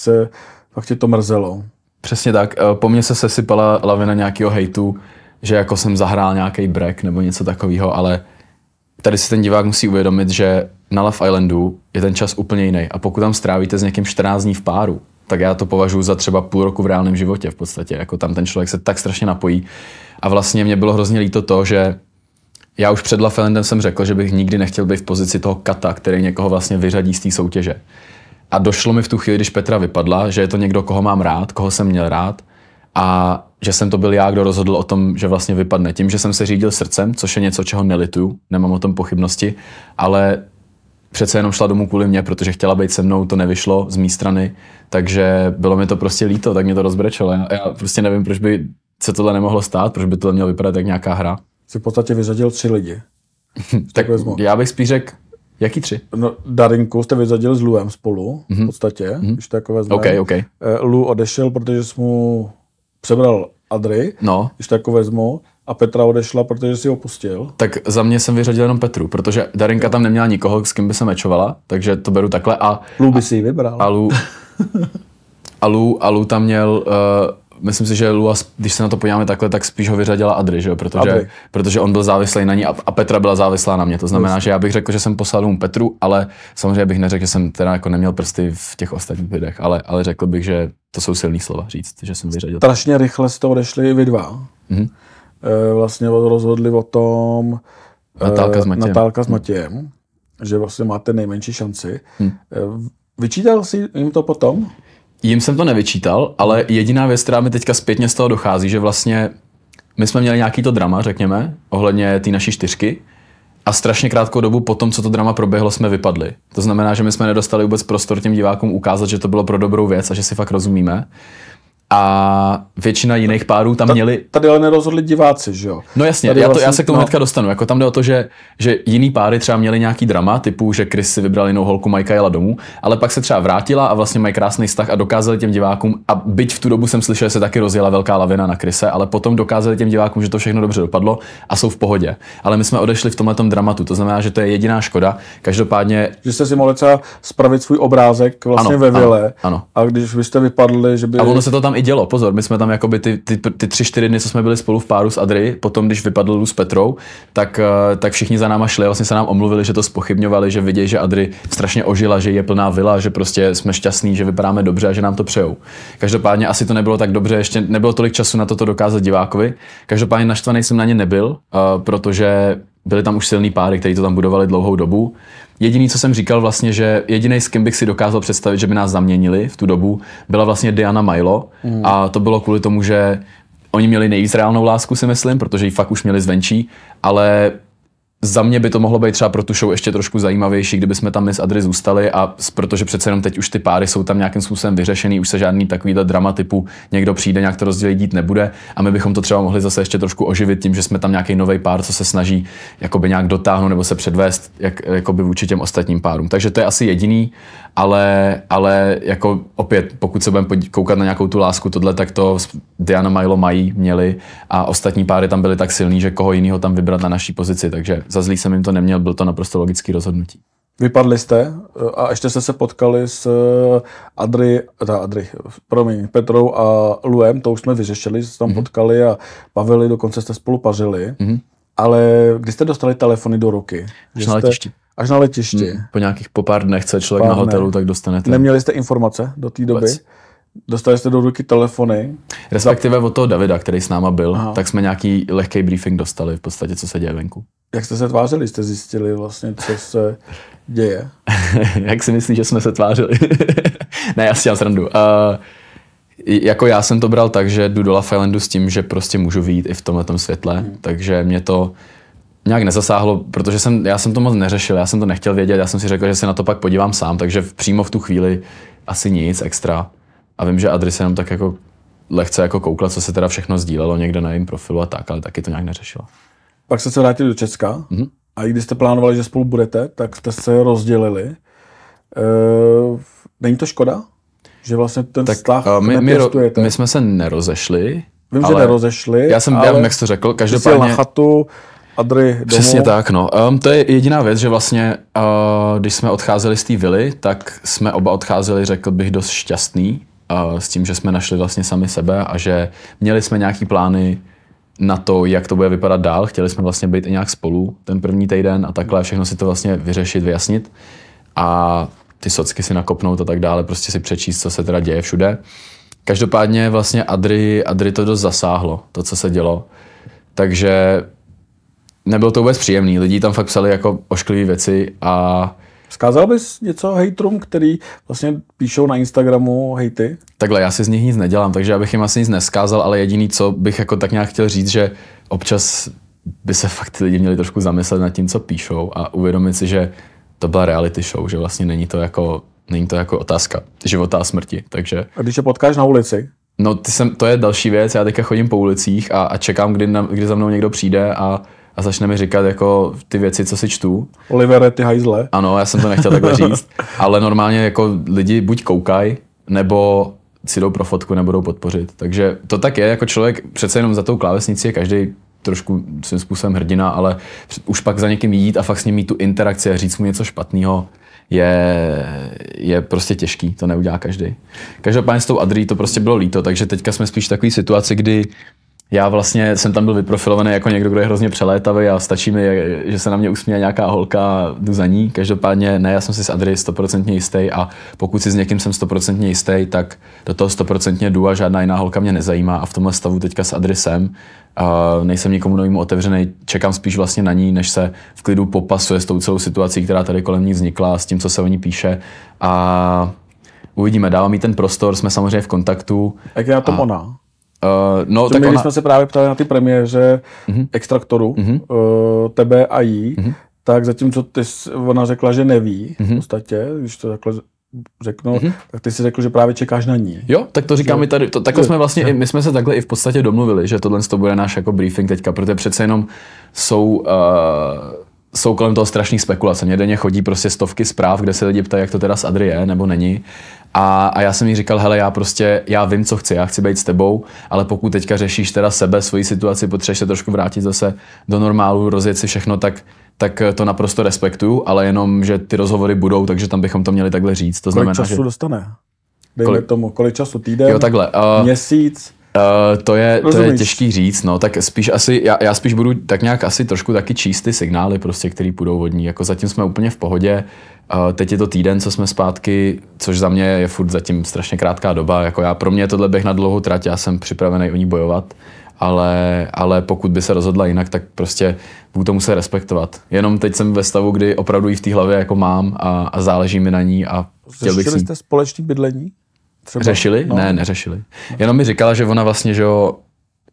tě to mrzelo? Přesně tak. Po mně se sesypala lavina nějakého hejtu, že jako jsem zahrál nějaký break nebo něco takového, ale tady si ten divák musí uvědomit, že na Love Islandu je ten čas úplně jiný. A pokud tam strávíte s někým 14 dní v páru, tak já to považuji za třeba půl roku v reálném životě v podstatě. Jako tam ten člověk se tak strašně napojí. A vlastně mě bylo hrozně líto to, že já už před Love Islandem jsem řekl, že bych nikdy nechtěl být v pozici toho kata, který někoho vlastně vyřadí z té soutěže. A došlo mi v tu chvíli, když Petra vypadla, že je to někdo, koho mám rád, koho jsem měl rád a že jsem to byl já, kdo rozhodl o tom, že vlastně vypadne. Tím, že jsem se řídil srdcem, což je něco, čeho nelituju, nemám o tom pochybnosti, ale přece jenom šla domů kvůli mě, protože chtěla být se mnou, to nevyšlo z mé strany, takže bylo mi to prostě líto, tak mě to rozbrečelo. Já prostě nevím, proč by se tohle nemohlo stát, proč by to mělo vypadat jak nějaká hra. Jsi v podstatě vyřadil 3 lidi. Tak já bych spíš řekl, jaký 3? No, Darinku jste vyřadili s Luem spolu, v podstatě, když to jako vezmeme. Okay. Lu odešel, protože jsi mu přebral Adry, no. Když to jako vezmu, a Petra odešla, protože si ho pustil. Tak za mě jsem vyřadil jenom Petru, protože Darinka tam neměla nikoho, s kým by se mečovala, takže to beru takhle. Lu by si ji vybral. A Lu tam měl, myslím si, že Lu, když se na to podíváme takhle, tak spíš ho vyřadila Adry, že jo? Protože on byl závislý na ní a Petra byla závislá na mě. To znamená, že já bych řekl, že jsem poslal mu Petru, ale samozřejmě bych neřekl, že jsem teda jako neměl prsty v těch ostatních lidech, ale řekl bych, že to jsou silný slova říct, že jsem vyřadil. Strašně rychle jste odešli vy dva. Vlastně rozhodli o tom Natálka s Matějem, že vlastně máte nejmenší šanci. Vyčítal jsi jim to potom? Jím jsem to nevyčítal, ale jediná věc, která mi teďka zpětně z toho dochází, že vlastně my jsme měli nějaký to drama, řekněme, ohledně té naší 4 a strašně krátkou dobu po tom, co to drama proběhlo, jsme vypadli. To znamená, že my jsme nedostali vůbec prostor těm divákům ukázat, že to bylo pro dobrou věc a že si fakt rozumíme. A většina jiných párů tam měli... Tady ale nerozhodli diváci, že jo? No jasně, já se k tomu hnedka dostanu. Jako tam jde o to, že jiný páry třeba měli nějaký drama, typu, že Chris si vybral jinou holku, Majka jela domů, ale pak se třeba vrátila a vlastně mají krásný vztah a dokázali těm divákům, a byť v tu dobu jsem slyšel, že se taky rozjela velká lavina na Chrise, ale potom dokázali těm divákům, že to všechno dobře dopadlo a jsou v pohodě. Ale my jsme odešli v tomhletom dramatu, to znamená, že to je jediná škoda. Každopádně... Že jste si mohli třeba spravit svůj obrázek vlastně ve vile. Ano. A když vy jste vypadli, že by... A ono se to tam i dělo. Pozor, my jsme tam jakoby ty 3-4 dny, co jsme byli spolu v páru s Adry, potom když vypadl Lu s Petrou, tak všichni za náma šli a vlastně se nám omluvili, že to zpochybňovali, že vidějí, že Adry strašně ožila, že je plná vila, že prostě jsme šťastní, že vypadáme dobře a že nám to přejou. Každopádně asi to nebylo tak dobře, ještě nebylo tolik času na to dokázat divákovi. Každopádně naštvaný jsem na ně nebyl, protože byly tam už silný páry, kteří to tam budovali dlouhou dobu. Jediný, co jsem říkal vlastně, že jediný, s kým bych si dokázal představit, že by nás zaměnili v tu dobu, byla vlastně Diana Milo. A to bylo kvůli tomu, že oni měli nejvíc reálnou lásku, si myslím, protože ji fakt už měli zvenčí, ale za mě by to mohlo být třeba pro tu show ještě trošku zajímavější, kdyby jsme tam my s Adry zůstali a protože přece jenom teď už ty páry jsou tam nějakým způsobem vyřešený, už se žádný takovýhle drama typu někdo přijde, nějak to rozdělit dít nebude a my bychom to třeba mohli zase ještě trošku oživit tím, že jsme tam nějaký nový pár, co se snaží jakoby nějak dotáhnout nebo se předvést jakoby vůči těm ostatním párům. Takže to je asi jediný, ale jako opět, pokud se budeme koukat na nějakou tu lásku tohle, tak to Diana Milo měli a ostatní páry tam byly tak silný, že koho jiného tam vybrat na naší pozici, takže za zlý jsem jim to neměl, byl to naprosto logický rozhodnutí. Vypadli jste a ještě jste se potkali s Petrou a Luem, to už jsme vyřešili, že jste tam potkali a bavili, dokonce jste spolu pařili, ale kdy jste dostali telefony do ruky? Až na letišti. Po pár dnech, co je člověk na hotelu, tak dostanete. Neměli jste informace do té doby? Dostali jste do ruky telefony? Respektive od toho Davida, který s náma byl, tak jsme nějaký lehký briefing dostali v podstatě, co se děje venku. Jak jste se tvářili? Jste zjistili vlastně, co se děje? Jak si myslíš, že jsme se tvářili? Ne, já si dělám srandu. Jako já jsem to bral tak, že jdu do Love Islandu s tím, že prostě můžu vyjít i v tomhletom světle, takže mě to nějak nezasáhlo, protože já jsem to moc neřešil, já jsem to nechtěl vědět, já jsem si řekl, že se na to pak podívám sám, takže přímo v tu chvíli asi nic extra. A vím, že Adry se jenom tak jako lehce jako koukla, co se teda všechno sdílelo někde na jejím profilu a tak, ale taky to nějak neřešila. Pak jste se vrátili do Česka a i když jste plánovali, že spolu budete, tak jste se rozdělili. Není to škoda? Že vlastně ten vztah nepěstujete? My jsme se nerozešli. Vím, že nerozešli. Já vím, jak jsi to řekl. Každopádně na chatu, Adry domů. Přesně tak, no. To je jediná věc, že vlastně, když jsme odcházeli z té vily, tak jsme oba odcházeli, řekl bych, dost šťastný s tím, že jsme našli vlastně sami sebe a že měli jsme nějaký plány na to, jak to bude vypadat dál. Chtěli jsme vlastně být i nějak spolu ten první týden a takhle všechno si to vlastně vyřešit, vyjasnit a ty socky si nakopnout a tak dále, prostě si přečíst, co se teda děje všude. Každopádně vlastně Adry to dost zasáhlo, to, co se dělo. Takže nebylo to vůbec příjemný. Lidi tam fakt psali jako ošklivý věci a... Vzkázal bys něco hejtrům, který vlastně píšou na Instagramu hejty? Takhle, já si z nich nic nedělám, takže já bych jim asi nic neskázal, ale jediný, co bych jako tak nějak chtěl říct, že občas by se fakt ty lidi měli trošku zamyslet nad tím, co píšou a uvědomit si, že to byla reality show, že vlastně není to jako otázka života a smrti, takže... A když je potkáš na ulici? No, to je další věc, já teďka chodím po ulicích a čekám, kdy za mnou někdo přijde a začne mi říkat jako ty věci, co si čtu. Olivere, ty hajzle. Ano, já jsem to nechtěl takhle říct, ale normálně jako lidi buď koukají, nebo si jdou pro fotku, nebo jdou podpořit. Takže to tak je, jako člověk přece jenom za tou klávesnicí je každý trošku svým způsobem hrdina, ale už pak za někým jít a fakt s ním mít tu interakci a říct mu něco špatného je prostě těžký, to neudělá každý. Každopádně s tou Adrí to prostě bylo líto, takže teďka jsme spíš v takové situaci, kdy já vlastně jsem tam byl vyprofilovaný jako někdo, kdo je hrozně přelétavý a stačí mi, že se na mě usměje nějaká holka a jdu za ní. Každopádně ne, já jsem si s Adry 100% jistý a pokud si s někým jsem 100% jistý, tak do toho 100% jdu a žádná jiná holka mě nezajímá a v tomhle stavu teďka s Adry jsem. Nejsem nikomu novému otevřený, čekám spíš vlastně na ní, než se v klidu popasuje s tou celou situací, která tady kolem ní vznikla, s tím, co se o ní píše a uvidíme, dávám jí ten prostor, jsme samozřejmě v kontaktu. Jak je na tom ona? No, tak my jsme se právě ptali na ty premiéře Extraktoru, tebe a jí, tak zatímco ona řekla, že neví, v podstatě, když to takhle řeknu, tak ty si řekl, že právě čekáš na ní. Jo, tak to říkám i tady, takhle jsme vlastně, my jsme se takhle i v podstatě domluvili, že tohle bude náš jako briefing teďka, protože přece jenom jsou kolem toho strašný spekulace. Mně denně chodí prostě stovky zpráv, kde se lidi ptají, jak to teda s Adry je, nebo není. A já jsem jí říkal, hele, já vím, co chci, já chci být s tebou, ale pokud teďka řešíš teda sebe, svoji situaci, potřebuješ se trošku vrátit zase do normálu, rozjet si všechno, tak to naprosto respektuju, ale jenom, že ty rozhovory budou, takže tam bychom to měli takhle říct. To znamená, kolik času dostane? Dejme tomu, kolik času, týden, jo, takhle, měsíc? To je těžký říct, no, tak spíš asi, já spíš budu tak nějak asi trošku taky číst ty signály prostě, který půjdou od ní, jako zatím jsme úplně v pohodě, teď je to týden, co jsme zpátky, což za mě je furt zatím strašně krátká doba, jako pro mě je tohle běh na dlouhou trať, já jsem připravený o ní bojovat, ale pokud by se rozhodla jinak, tak prostě budu to muset respektovat. Jenom teď jsem ve stavu, kdy opravdu ji v té hlavě jako mám a záleží mi na ní a chtěl bych si... Řešili jste společné bydlení? Třeba? Řešili? No. Ne, neřešili. Jenom mi říkala, že ona vlastně, že jo,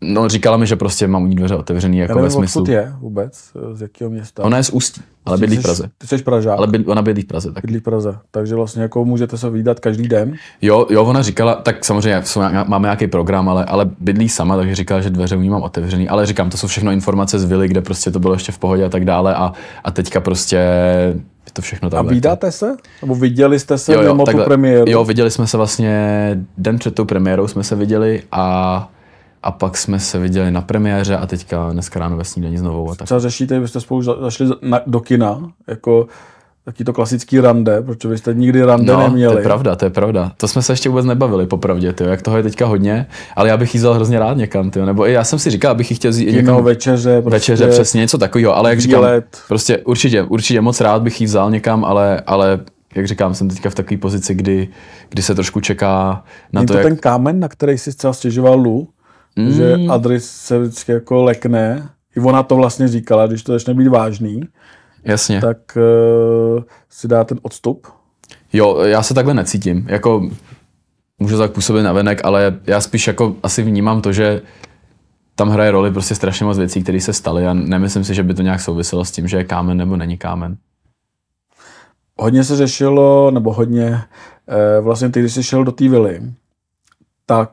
No, říkala mi, že prostě mám u ní dveře otevřený, jako ve smyslu. Odkud je vůbec, z jakého města? Ona je z Ústí, ale bydlí v Praze. Ty jsi Pražák. Ale ona bydlí v Praze. Tak. Bydlí v Praze, takže vlastně jako můžete se vídat každý den. Jo, ona říkala, tak samozřejmě máme nějaký program, ale bydlí sama, takže říkala, že dveře u ní mám otevřený, ale říkám, to jsou všechno informace z vily, kde prostě to bylo ještě v pohodě a tak dále a teďka prostě je to všechno takhle. A vídáte se? Nebo viděli jste se jo, mimo tu premiéru? Jo, viděli jsme se vlastně den před tou premiérou jsme se viděli a pak jsme se viděli na premiéře a teďka dneska ráno ve snídani znovu. Co řešíte, vy jste spolu zašli do kina, jako taky to klasický rande, protože vy jste nikdy rande neměli. To je pravda. To jsme se ještě vůbec nebavili, popravdě, tyjo, jak toho je teďka hodně, ale já bych jí vzal hrozně rád někam, tyjo, nebo i já jsem si říkal, abych jí chtěl vzít někam. Večeře, přesně něco takového, ale jak říkám, prostě určitě moc rád bych jí vzal někam, ale jak říkám, jsem teďka v takové pozici, kdy se trošku čeká na to, ten kámen, na který si zcela stěžoval Lu, že Adri se vždycky jako lekne, i ona to vlastně říkala, když to začne být vážný. Jasně. Tak si dá ten odstup? Jo, já se takhle necítím. Jako, můžu tak působit navenek, ale já spíš jako asi vnímám to, že tam hraje roli prostě strašně moc věcí, které se staly a nemyslím si, že by to nějak souviselo s tím, že je kámen nebo není kámen. Hodně se řešilo, nebo hodně, vlastně ty, když jsi šel do té vily, tak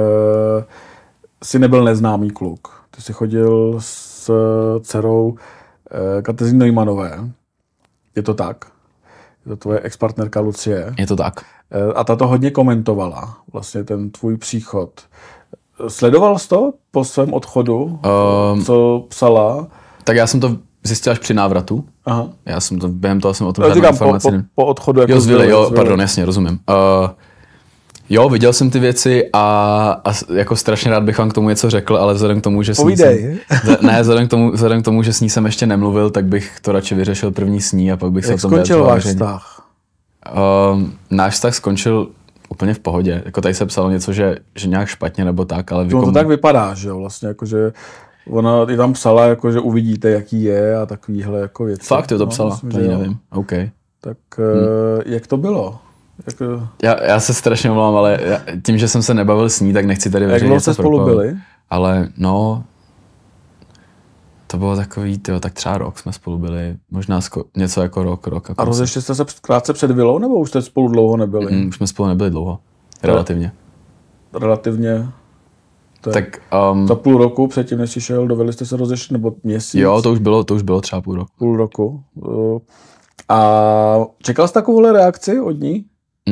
si nebyl neznámý kluk. Ty jsi chodil s dcerou Kateřiny Neumanové. Je to tak? Je to tvoje ex-partnerka Lucie? Je to tak. A ta to hodně komentovala, vlastně ten tvůj příchod. Sledoval jsi to po svém odchodu? Co psala? Tak já jsem to zjistil až při návratu. Aha. Já jsem to, během toho jsem o tom žádnou informaci. Po odchodu jako jo, pardon, jasně, rozumím. Jo, viděl jsem ty věci a jako strašně rád bych vám k tomu něco řekl, ale vzhledem k tomu, že vzhledem k tomu, že s ní jsem ještě nemluvil, tak bych to radši vyřešil první s ní a pak bych se o tom skončil váš vztah? Náš vztah skončil úplně v pohodě. Jako tady se psalo něco, že nějak špatně nebo tak, ale to tak vypadá, že jo, vlastně jakože ona i tam psala, jako, že uvidíte, jaký je a takovýhle jako věci. Fakt, jo, to psala, myslím, to nevím. OK. Tak jak to bylo? Já se strašně omlouvám, ale tím, že jsem se nebavil s ní, tak nechci tady veřejně. Jak dlouho jste spolu byli? Ale no, to bylo takový, tak třeba rok jsme spolu byli, možná něco jako rok. A rozešli jste se krátce před vilou, nebo už jste spolu dlouho nebyli? Už jsme spolu nebyli dlouho, relativně. Relativně? Tak za půl roku předtím, než jsi šel do vily, jste se rozešli, nebo měsíc? Jo, to už bylo třeba půl roku. Půl roku. A čekal jsi takovouhle reakci od ní?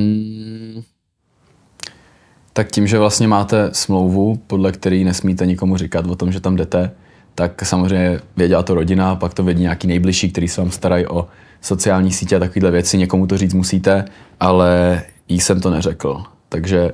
Tak tím, že vlastně máte smlouvu, podle který nesmíte nikomu říkat o tom, že tam jdete, tak samozřejmě věděla to rodina, pak to vědí nějaký nejbližší, který se vám starají o sociální sítě a takovéhle věci, někomu to říct musíte, ale jí jsem to neřekl. Takže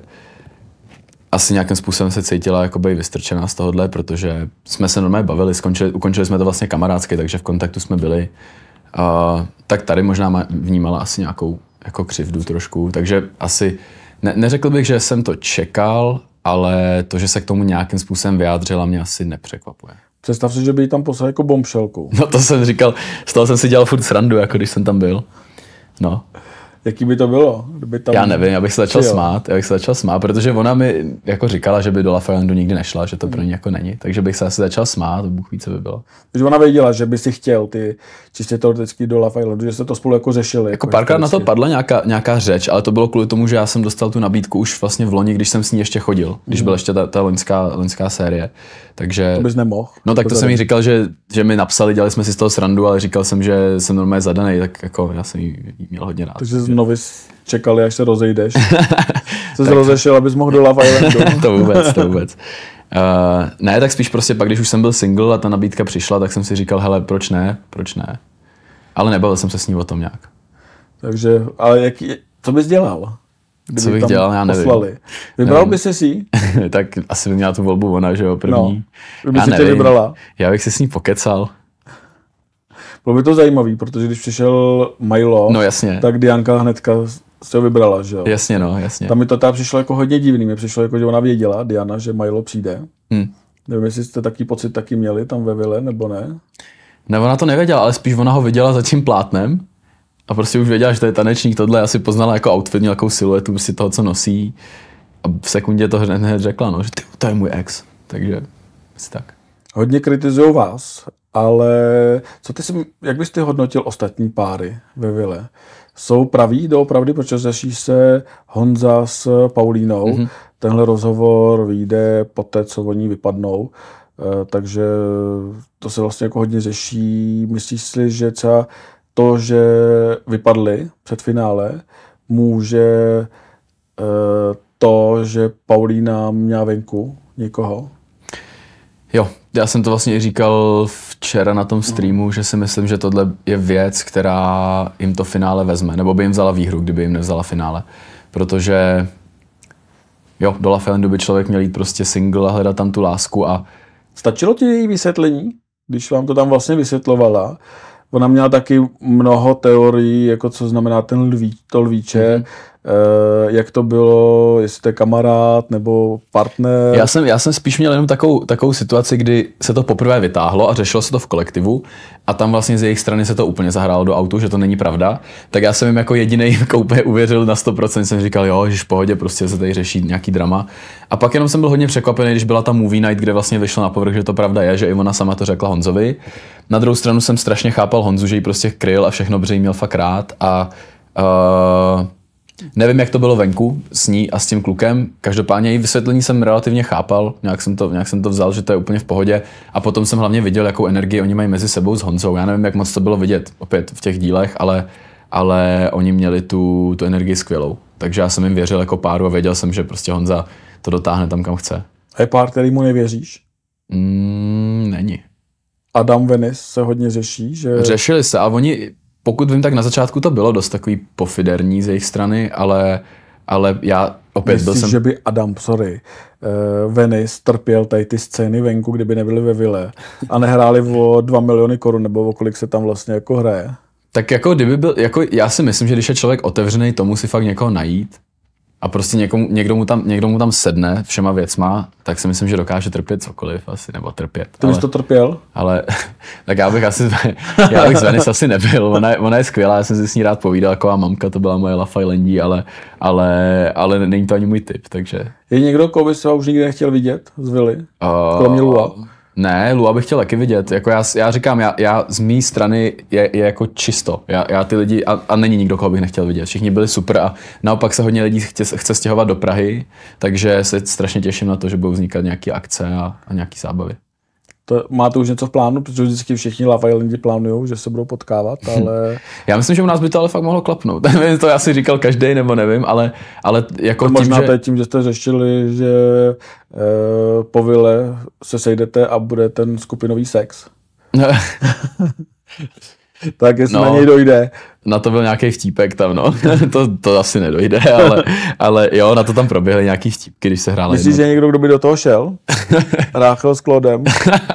asi nějakým způsobem se cítila jakoby vystrčená z tohohle, protože jsme se normálně bavili, ukončili jsme to vlastně kamarádsky, takže v kontaktu jsme byli. Tak tady možná vnímala asi nějakou jako křivdu trošku, takže asi neřekl bych, že jsem to čekal, ale to, že se k tomu nějakým způsobem vyjádřila, mě asi nepřekvapuje. Představ si, že by jí tam poslal jako bombšelku. No to jsem říkal, z toho jsem si dělal furt srandu, jako když jsem tam byl. No. Jaký by to bylo? Kdyby tam já nevím, já bych se začal smát, protože ona mi jako říkala, že by do Love Islandu nikdy nešla, že to pro ní jako není, takže bych se asi začal smát, Bůh ví, co by bylo. Takže ona věděla, že by si chtěl ty čistě teoreticky do Love Islandu, že jste to spolu jako řešili. Jako párkrát na to padla nějaká řeč, ale to bylo kvůli tomu, že já jsem dostal tu nabídku už vlastně v loni, když jsem s ní ještě chodil, když byla ještě ta loňská série. Takže to bys nemohl. No tak to jsem jí říkal, že mi napsali, dělali jsme si z toho srandu, ale říkal jsem, že jsem normálně zadanej, tak jako já jsem jí měl hodně rád. Takže znovu čekali, až se rozejdeš. Se rozešel, abys mohl do Love Islandu. to vůbec. Ne, tak spíš prostě pak, když už jsem byl single a ta nabídka přišla, tak jsem si říkal, hele, proč ne? Ale nebavil jsem se s ní o tom nějak. Takže, ale co bys dělal? Co bych dělal, já nevím. Poslali. Vybral by si si? Tak asi by měla tu volbu ona, že jo, první. No, by si tě vybrala. Já bych si s ní pokecal. Bylo by to zajímavý, protože když přišel Milo, no, jasně. Tak Dianka hnedka se ho vybrala, že jo? Jasně, no, jasně. Tam mi to přišlo jako hodně divný. Mně přišlo jako, že ona věděla, Diana, že Milo přijde. Nevím, jestli jste taký pocit taky měli tam ve vile, nebo ne? Ne, ona to nevěděla, ale spíš ona ho viděla za tím plátnem. A prostě už věděla, že to je tanečník, tohle asi poznala jako outfit, nějakou siluetu prostě toho, co nosí. A v sekundě to hned řekla, no, že to je můj ex. Takže Asi tak. Hodně kritizují vás, ale jak bys ty hodnotil ostatní páry ve vile? Jsou praví doopravdy, protože řeší se Honza s Paulínou. Mm-hmm. Tenhle rozhovor vyjde poté, co oni vypadnou. Takže to se vlastně jako hodně řeší. Myslíš si, že třeba to, že vypadli před finále, může to, že Paulína měla venku někoho? Jo, já jsem to vlastně i říkal včera na tom streamu, že si myslím, že tohle je věc, která jim to finále vezme, nebo by jim vzala výhru, kdyby jim nevzala finále. Protože jo, do La Felindu by člověk měl jít prostě single a hledat tam tu lásku a... Stačilo ti její vysvětlení, když vám to tam vlastně vysvětlovala? Ona měla taky mnoho teorií, jako co znamená to lvíče, jak to bylo, jestli to je kamarád nebo partner. Já jsem spíš měl jenom takovou situaci, kdy se to poprvé vytáhlo a řešilo se to v kolektivu a tam vlastně z jejich strany se to úplně zahrálo do autu, že to není pravda. Tak já jsem jim jako jedinej úplně uvěřil na 100%, jsem říkal, jo, že v pohodě, prostě se tady řeší nějaký drama. A pak jenom jsem byl hodně překvapený, když byla ta movie night, kde vlastně vyšlo na povrch, že to pravda je, že i ona sama to řekla Honzovi. Na druhou stranu jsem strašně chápal Honzu, že ji prostě kryl a všechno, protože jí měl fakt rád a nevím, jak to bylo venku s ní a s tím klukem. Každopádně její vysvětlení jsem relativně chápal, nějak jsem to vzal, že to je úplně v pohodě. A potom jsem hlavně viděl, jakou energii oni mají mezi sebou s Honzou. Já nevím, jak moc to bylo vidět opět v těch dílech, ale oni měli tu energii skvělou. Takže já jsem jim věřil jako páru a věděl jsem, že prostě Honza to dotáhne tam, kam chce. A je pár, který mu nevěříš? Není. Adam Venice se hodně řeší, že... Řešili se a oni... Pokud vím, tak na začátku to bylo dost takový pofiderní z jejich strany, ale já opět Myslíš, byl jsem... že by Venice trpěl tady ty scény venku, kdyby nebyli ve vile a nehráli o 2 miliony korun, nebo o kolik se tam vlastně jako hraje? Tak jako kdyby byl, jako já si myslím, že když je člověk otevřený tomu si fakt někoho najít a prostě někdo mu tam sedne všema věcma, tak si myslím, že dokáže trpět cokoliv asi, nebo trpět. Ty bys to trpěl? Ale tak já bych s Venice asi nebyl, ona je skvělá, já jsem si s ní rád povídal, taková mamka, to byla moje La Feilendí, ale není to ani můj typ, takže... Je někdo, koho bys už nikdy nechtěl vidět z vily? Kromě Lua? Ne, Lua bych chtěl taky vidět. Jako já říkám, já z mé strany je jako čisto. Já ty lidi, a není nikdo, koho bych nechtěl vidět. Všichni byli super a naopak se hodně lidí chce stěhovat do Prahy, takže se strašně těším na to, že budou vznikat nějaké akce a nějaké zábavy. Máte už něco v plánu, protože vždycky všichni La Feilendí plánujou, že se budou potkávat, ale... Já myslím, že u nás by to ale fakt mohlo klapnout. Nevím, to asi říkal každý, nebo nevím, ale jako tím, možná tím, že jste řešili, že po vile se sejdete a bude ten skupinový sex. Tak jestli na něj dojde. Na to byl nějaký vtípek tam, no. to asi nedojde, ale jo, na to tam proběhly nějaký vtípky, když se hrála. Myslíš, že někdo, kdo by do toho šel? Ráchel s Klodem?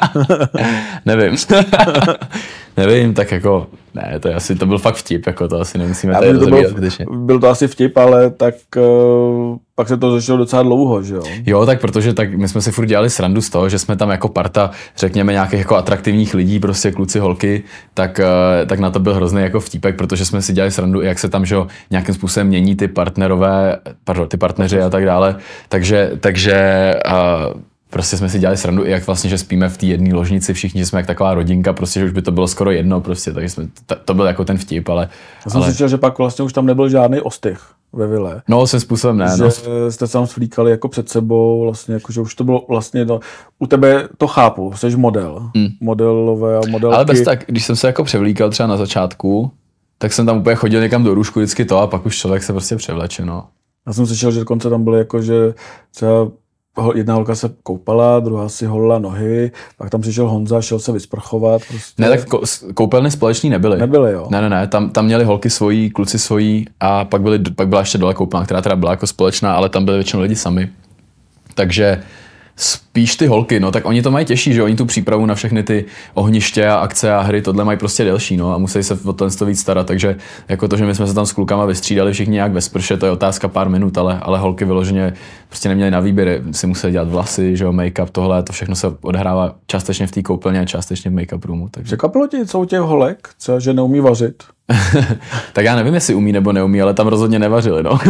Nevím, tak jako, ne, to byl fakt vtip, jako to asi nemusíme tady rozebírat. Byl to asi vtip, ale tak pak se to řešilo docela dlouho, že jo? Jo, tak protože my jsme si furt dělali srandu z toho, že jsme tam jako parta, řekněme, nějakých jako atraktivních lidí, prostě kluci, holky, tak na to byl hrozný jako vtípek, protože jsme si dělali srandu, jak se tam, že jo, nějakým způsobem mění ty partneři a tak dále, takže prostě jsme si dělali srandu i jak vlastně, že spíme v té jedné ložnici všichni, že jsme jak taková rodinka, prostě, že už by to bylo skoro jedno, prostě, takže to byl jako ten vtip, ale... Já jsem slyšel, že pak vlastně už tam nebyl žádný ostych ve vile. No, svým způsobem ne. Že jste se tam svlíkali jako před sebou, vlastně, jako, že už to bylo vlastně, u tebe to chápu, jsi model, modelové a modelky. Ale bez tak, když jsem se jako převlíkal třeba na začátku, tak jsem tam úplně chodil někam do růžku vždycky to a pak už člověk se prostě převleče, no. Já jsem slyšel, že dokonce tam byly jako, že třeba jedna holka se koupala, druhá si holila nohy, pak tam přišel Honza, šel se vysprchovat. Prostě. Ne, tak koupelny společný nebyly. Nebyly, jo. Ne, tam měli holky svojí, kluci svojí a pak byla ještě dole koupelna, která teda byla jako společná, ale tam byli většinou lidi sami. Takže spíš ty holky, no tak oni to mají těžší, že oni tu přípravu na všechny ty ohniště a akce a hry, tohle mají prostě delší, no a musí se o to víc starat, takže jako to, že my jsme se tam s klukama vystřídali všichni nějak ve sprše, to je otázka pár minut, ale holky vyloženě prostě neměly na výběr, si museli dělat vlasy, že jo, make-up, tohle, to všechno se odehrává částečně v té koupelně a částečně v make-up roomu. Takže překvapilo ti, co u těch holek, co, že neumí vařit? Tak já nevím, jestli umí nebo neumí, ale tam rozhodně nevařili, no.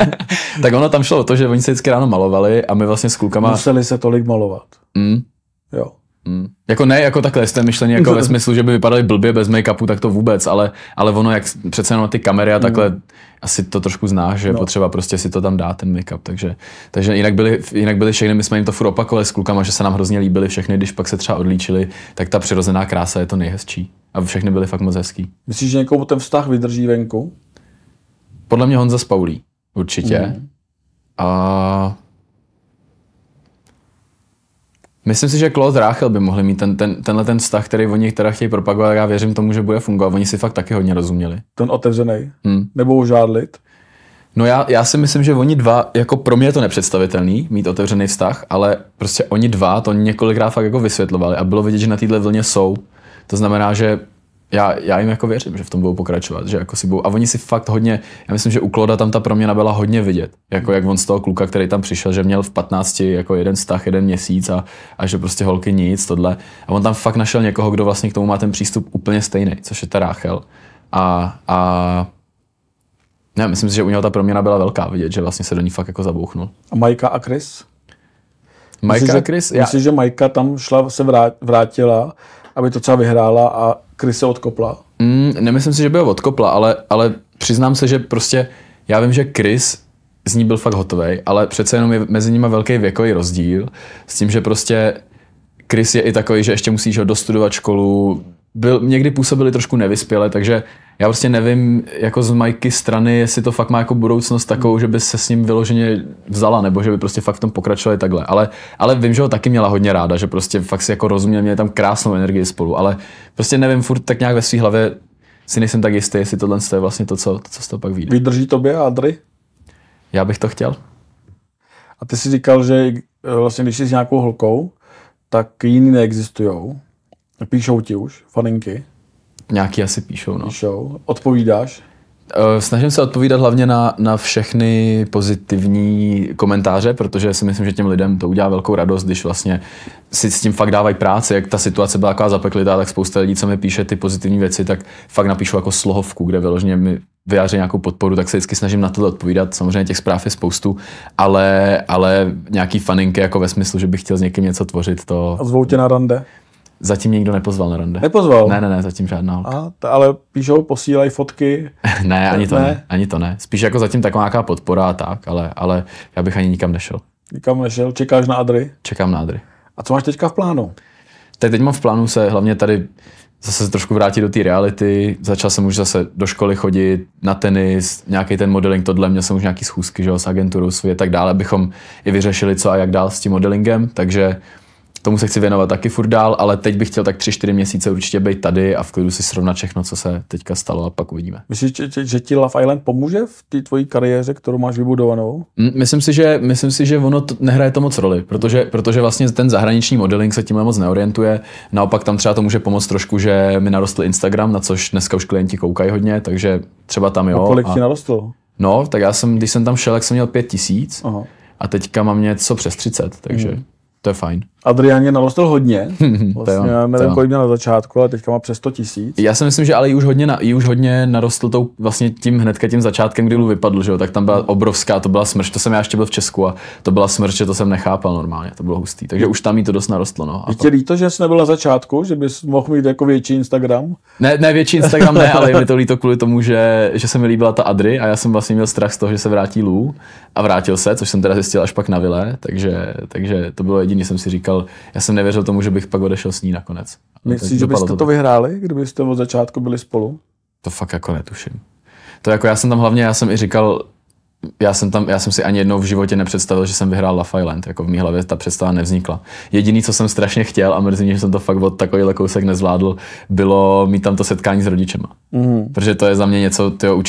Tak ono tam šlo o to, že oni se vždycky ráno malovali a my vlastně s klukama... Museli se tolik malovat. Jo. Jako ne, jako takhle, jste myšlení jako ve smyslu, že by vypadali blbě bez make-upu, tak to vůbec, ale ono jak přece jenom na ty kamery a takhle asi to trošku znáš, že je potřeba prostě si to tam dát, ten make-up, takže jinak byli všechny, my jsme jim to furt opakovali s klukama, že se nám hrozně líbily všechny, když pak se třeba odlíčili, tak ta přirozená krása je to nejhezčí a všechny byly fakt moc hezký. Myslíš, že někomu ten vztah vydrží venku? Podle mě Honza s Paulí, určitě. A myslím si, že Claude Ráchel by mohli mít tenhle ten vztah, který oni teda chtějí propagovat, já věřím tomu, že bude fungovat. Oni si fakt taky hodně rozuměli. Ten otevřený. Nebo žádlit? No já si myslím, že oni dva, jako pro mě je to nepředstavitelný, mít otevřený vztah, ale prostě oni dva to několikrát fakt jako vysvětlovali a bylo vidět, že na téhle vlně jsou. To znamená, že já jim jako věřím, že v tom budou pokračovat, že jako si budou, a oni si fakt hodně, já myslím, že u Clauda tam ta proměna byla hodně vidět, jako jak on z toho kluka, který tam přišel, že měl v 15 jako jeden vztah, 1 měsíc a že prostě holky nic, tohle. A on tam fakt našel někoho, kdo vlastně k tomu má ten přístup úplně stejný, což je ta Ráchel. A ne, myslím si, že u něho ta proměna byla velká vidět, že vlastně se do ní fakt jako zabouchnul. A Majka a Chris? Majka a Chris? Myslíš, že Majka tam se vrátila, aby to třeba vyhrála a Chris se odkopla? Nemyslím si, že by ho odkopla, ale přiznám se, že prostě já vím, že Chris z ní byl fakt hotovej, ale přece jenom je mezi nimi velký věkový rozdíl s tím, že prostě Chris je i takový, že ještě musíš ho dostudovat školu, někdy působili trošku nevyspěle, takže já prostě nevím, jako z Majky strany, jestli to fakt má jako budoucnost takovou, že by se s ním vyloženě vzala, nebo že by prostě fakt v tom pokračovali takhle. Ale vím, že ho taky měla hodně ráda, že prostě fakt si jako rozuměli, měli tam krásnou energii spolu, ale prostě nevím, furt tak nějak ve svý hlavě si nejsem tak jistý, jestli tohle je vlastně to, co z toho pak vyjde. Vydrží tobě Adri? Já bych to chtěl. A ty jsi říkal, že vlastně když jsi s nějakou holkou, tak jiný neexistujou. Píšou ti už, faninky? Nějaký asi píšou, no. Píšou. Odpovídáš? Snažím se odpovídat hlavně na všechny pozitivní komentáře, protože si myslím, že těm lidem to udělá velkou radost, když vlastně si s tím fakt dávají práci. Jak ta situace byla taková zapeklitá, tak spousta lidí, co mi píše ty pozitivní věci, tak fakt napíšu jako slohovku, kde vyloženě mi vyjádří nějakou podporu, tak se vždycky snažím na to odpovídat. Samozřejmě těch zpráv je spoustu, ale nějaký faninky jako ve smyslu, že bych chtěl s někým něco tvořit, to... A zvou tě na rande? Zatím nikdo nepozval na rande. Nepozval? Ne, zatím žádná holka. Ale píšou, posílají fotky? Ne, ani to ne. Spíš jako zatím taková nějaká podpora a tak, ale já bych ani nikam nešel. Nikam nešel? Čekáš na Adri? Čekám na Adri. A co máš teďka v plánu? Teď mám v plánu se hlavně tady zase trošku vrátit do té reality. Začal jsem už zase do školy chodit, na tenis, nějaký ten modeling, tohle, měl jsem už nějaký schůzky, že jo, s agenturou svůj a tak dále, abychom i vyřešili co a jak dál s tím modelingem, takže tomu se chci věnovat taky furt dál, ale teď bych chtěl tak 3-4 měsíce určitě být tady a v klidu si srovnat všechno, co se teďka stalo a pak uvidíme. Myslíš, že ti Love Island pomůže v té tvojí kariéře, kterou máš vybudovanou? Myslím si, že ono nehraje to moc roli, protože vlastně ten zahraniční modeling se tím moc neorientuje. Naopak tam třeba to může pomoct trošku, že mi narostl Instagram, na což dneska už klienti koukají hodně, takže třeba tam jo. A kolik ti narostl? No, tak když jsem tam šel, tak jsem měl 5000 a teďka mám něco přes 30, takže to je fajn. Adriáně narostl hodně. Vlastně já nevím, kolik měl na začátku, ale teďka má přes 100 000. Já si myslím, že ale i už hodně narostl tou vlastně hnedka tím začátkem, kdy Lu vypadl, že jo, tak tam byla obrovská, to byla smršť, to jsem já ještě byl v Česku a to byla smršť, že to jsem nechápal normálně, to bylo hustý. Takže už tam jí to dost narostlo, no. Je ti líto, že jsi nebyl na začátku, že bys mohl mít jako větší Instagram? Ne, větší Instagram ne, ale je mi to líto kvůli tomu, že se mi líbila ta Adri a já jsem vlastně měl strach z toho, že se vrátí Lu a vrátil se, což jsem teda zjistil až pak na vile, takže to bylo jediné, jsem si říkal, já jsem nevěřil tomu, že bych pak odešel s ní nakonec. Myslíš, že byste to vyhráli, kdybyste od začátku byli spolu? To fakt jako netuším. To jako já jsem i říkal, já jsem si ani jednou v životě nepředstavil, že jsem vyhrál Love Island, jako v mý hlavě ta představa nevznikla. Jediný, co jsem strašně chtěl a mrzí mě, že jsem to fakt od takovýhle kousek nezvládl, bylo mít tam to setkání s rodičema. Protože to je za mě něco,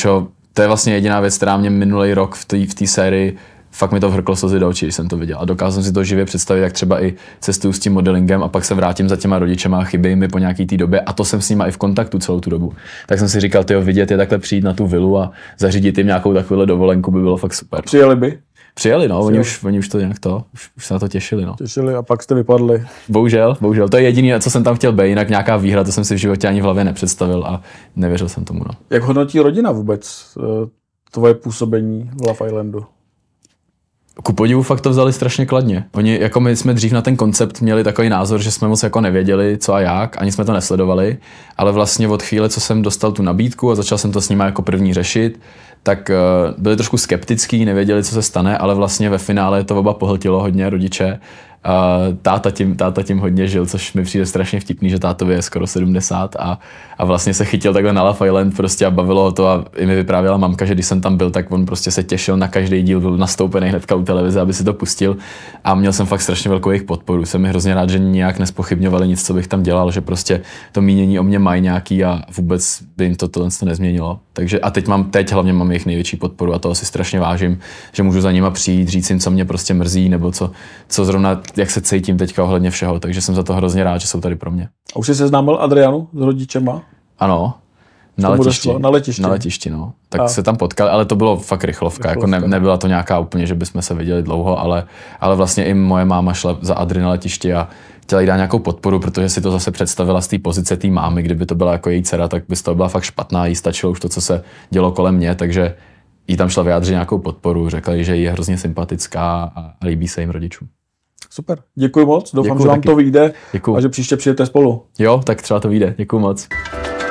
to je vlastně jediná věc, která mě minulý rok v té sérii fakt mi to vhrklo slzy do očí, když jsem to viděl. A dokázal jsem si to živě představit, jak třeba i cestuju s tím modelingem a pak se vrátím za těma rodičema a chybějí mi po nějaký té době a to jsem s nima i v kontaktu celou tu dobu. Tak jsem si říkal, vidět je takhle přijít na tu vilu a zařídit jim nějakou takovouhle dovolenku by bylo fakt super. Přijeli by? Přijeli, no, oni už to nějak už se na to těšili, no. Těšili a pak jste vypadli. Bohužel, to je jediné, co jsem tam chtěl být, jinak nějaká výhra, to jsem si v životě ani v hlavě nepředstavil a nevěřil jsem tomu, no. Jak hodnotí rodina vůbec tvoje působení v Love Islandu? Ku podivu fakt to vzali strašně kladně. Oni, jako my jsme dřív na ten koncept měli takový názor, že jsme moc jako nevěděli, co a jak, ani jsme to nesledovali, ale vlastně od chvíle, co jsem dostal tu nabídku a začal jsem to s nimi jako první řešit, tak byli trošku skeptický, nevěděli, co se stane, ale vlastně ve finále to oba pohltilo hodně rodiče. Táta tím hodně žil, což mi přijde strašně vtipný, že tátovi je skoro 70 a vlastně se chytil takhle na Love Island prostě a bavilo ho to a i mi vyprávěla mamka, že když jsem tam byl, tak on prostě se těšil na každý díl, byl nastoupený hnedka u televize, aby si to pustil a měl jsem fakt strašně velkou jejich podporu. Jsem mi hrozně rád, že nějak nespochybňovali nic, co bych tam dělal, že prostě to mínění o mě mají nějaký a vůbec by jim to nezměnilo. Takže a teď hlavně mám jejich největší podporu a toho si strašně vážím, že můžu za nima přijít, říct jim, co mě prostě mrzí nebo co zrovna jak se cítím teďka ohledně všeho, takže jsem za to hrozně rád, že jsou tady pro mě. A už jsi seznámil Adrianu s rodičema? Ano, na letišti, no. Tak se tam potkali, ale to bylo fakt rychlovka. Jako nebyla to nějaká úplně, že bychom se viděli dlouho, ale vlastně i moje máma šla za Adry na letišti a chtěla jí dát nějakou podporu, protože si to zase představila z té pozice té mámy, kdyby to byla jako její dcera, tak by to byla fakt špatná, jí stačilo už to, co se dělo kolem mě, takže jí tam šla vyjádřit nějakou podporu, řekla jí, že je hrozně sympatická a líbí se jim rodičům. Super, děkuji moc, doufám, že vám to vyjde a že příště přijete spolu. Jo, tak třeba to vyjde, děkuji moc.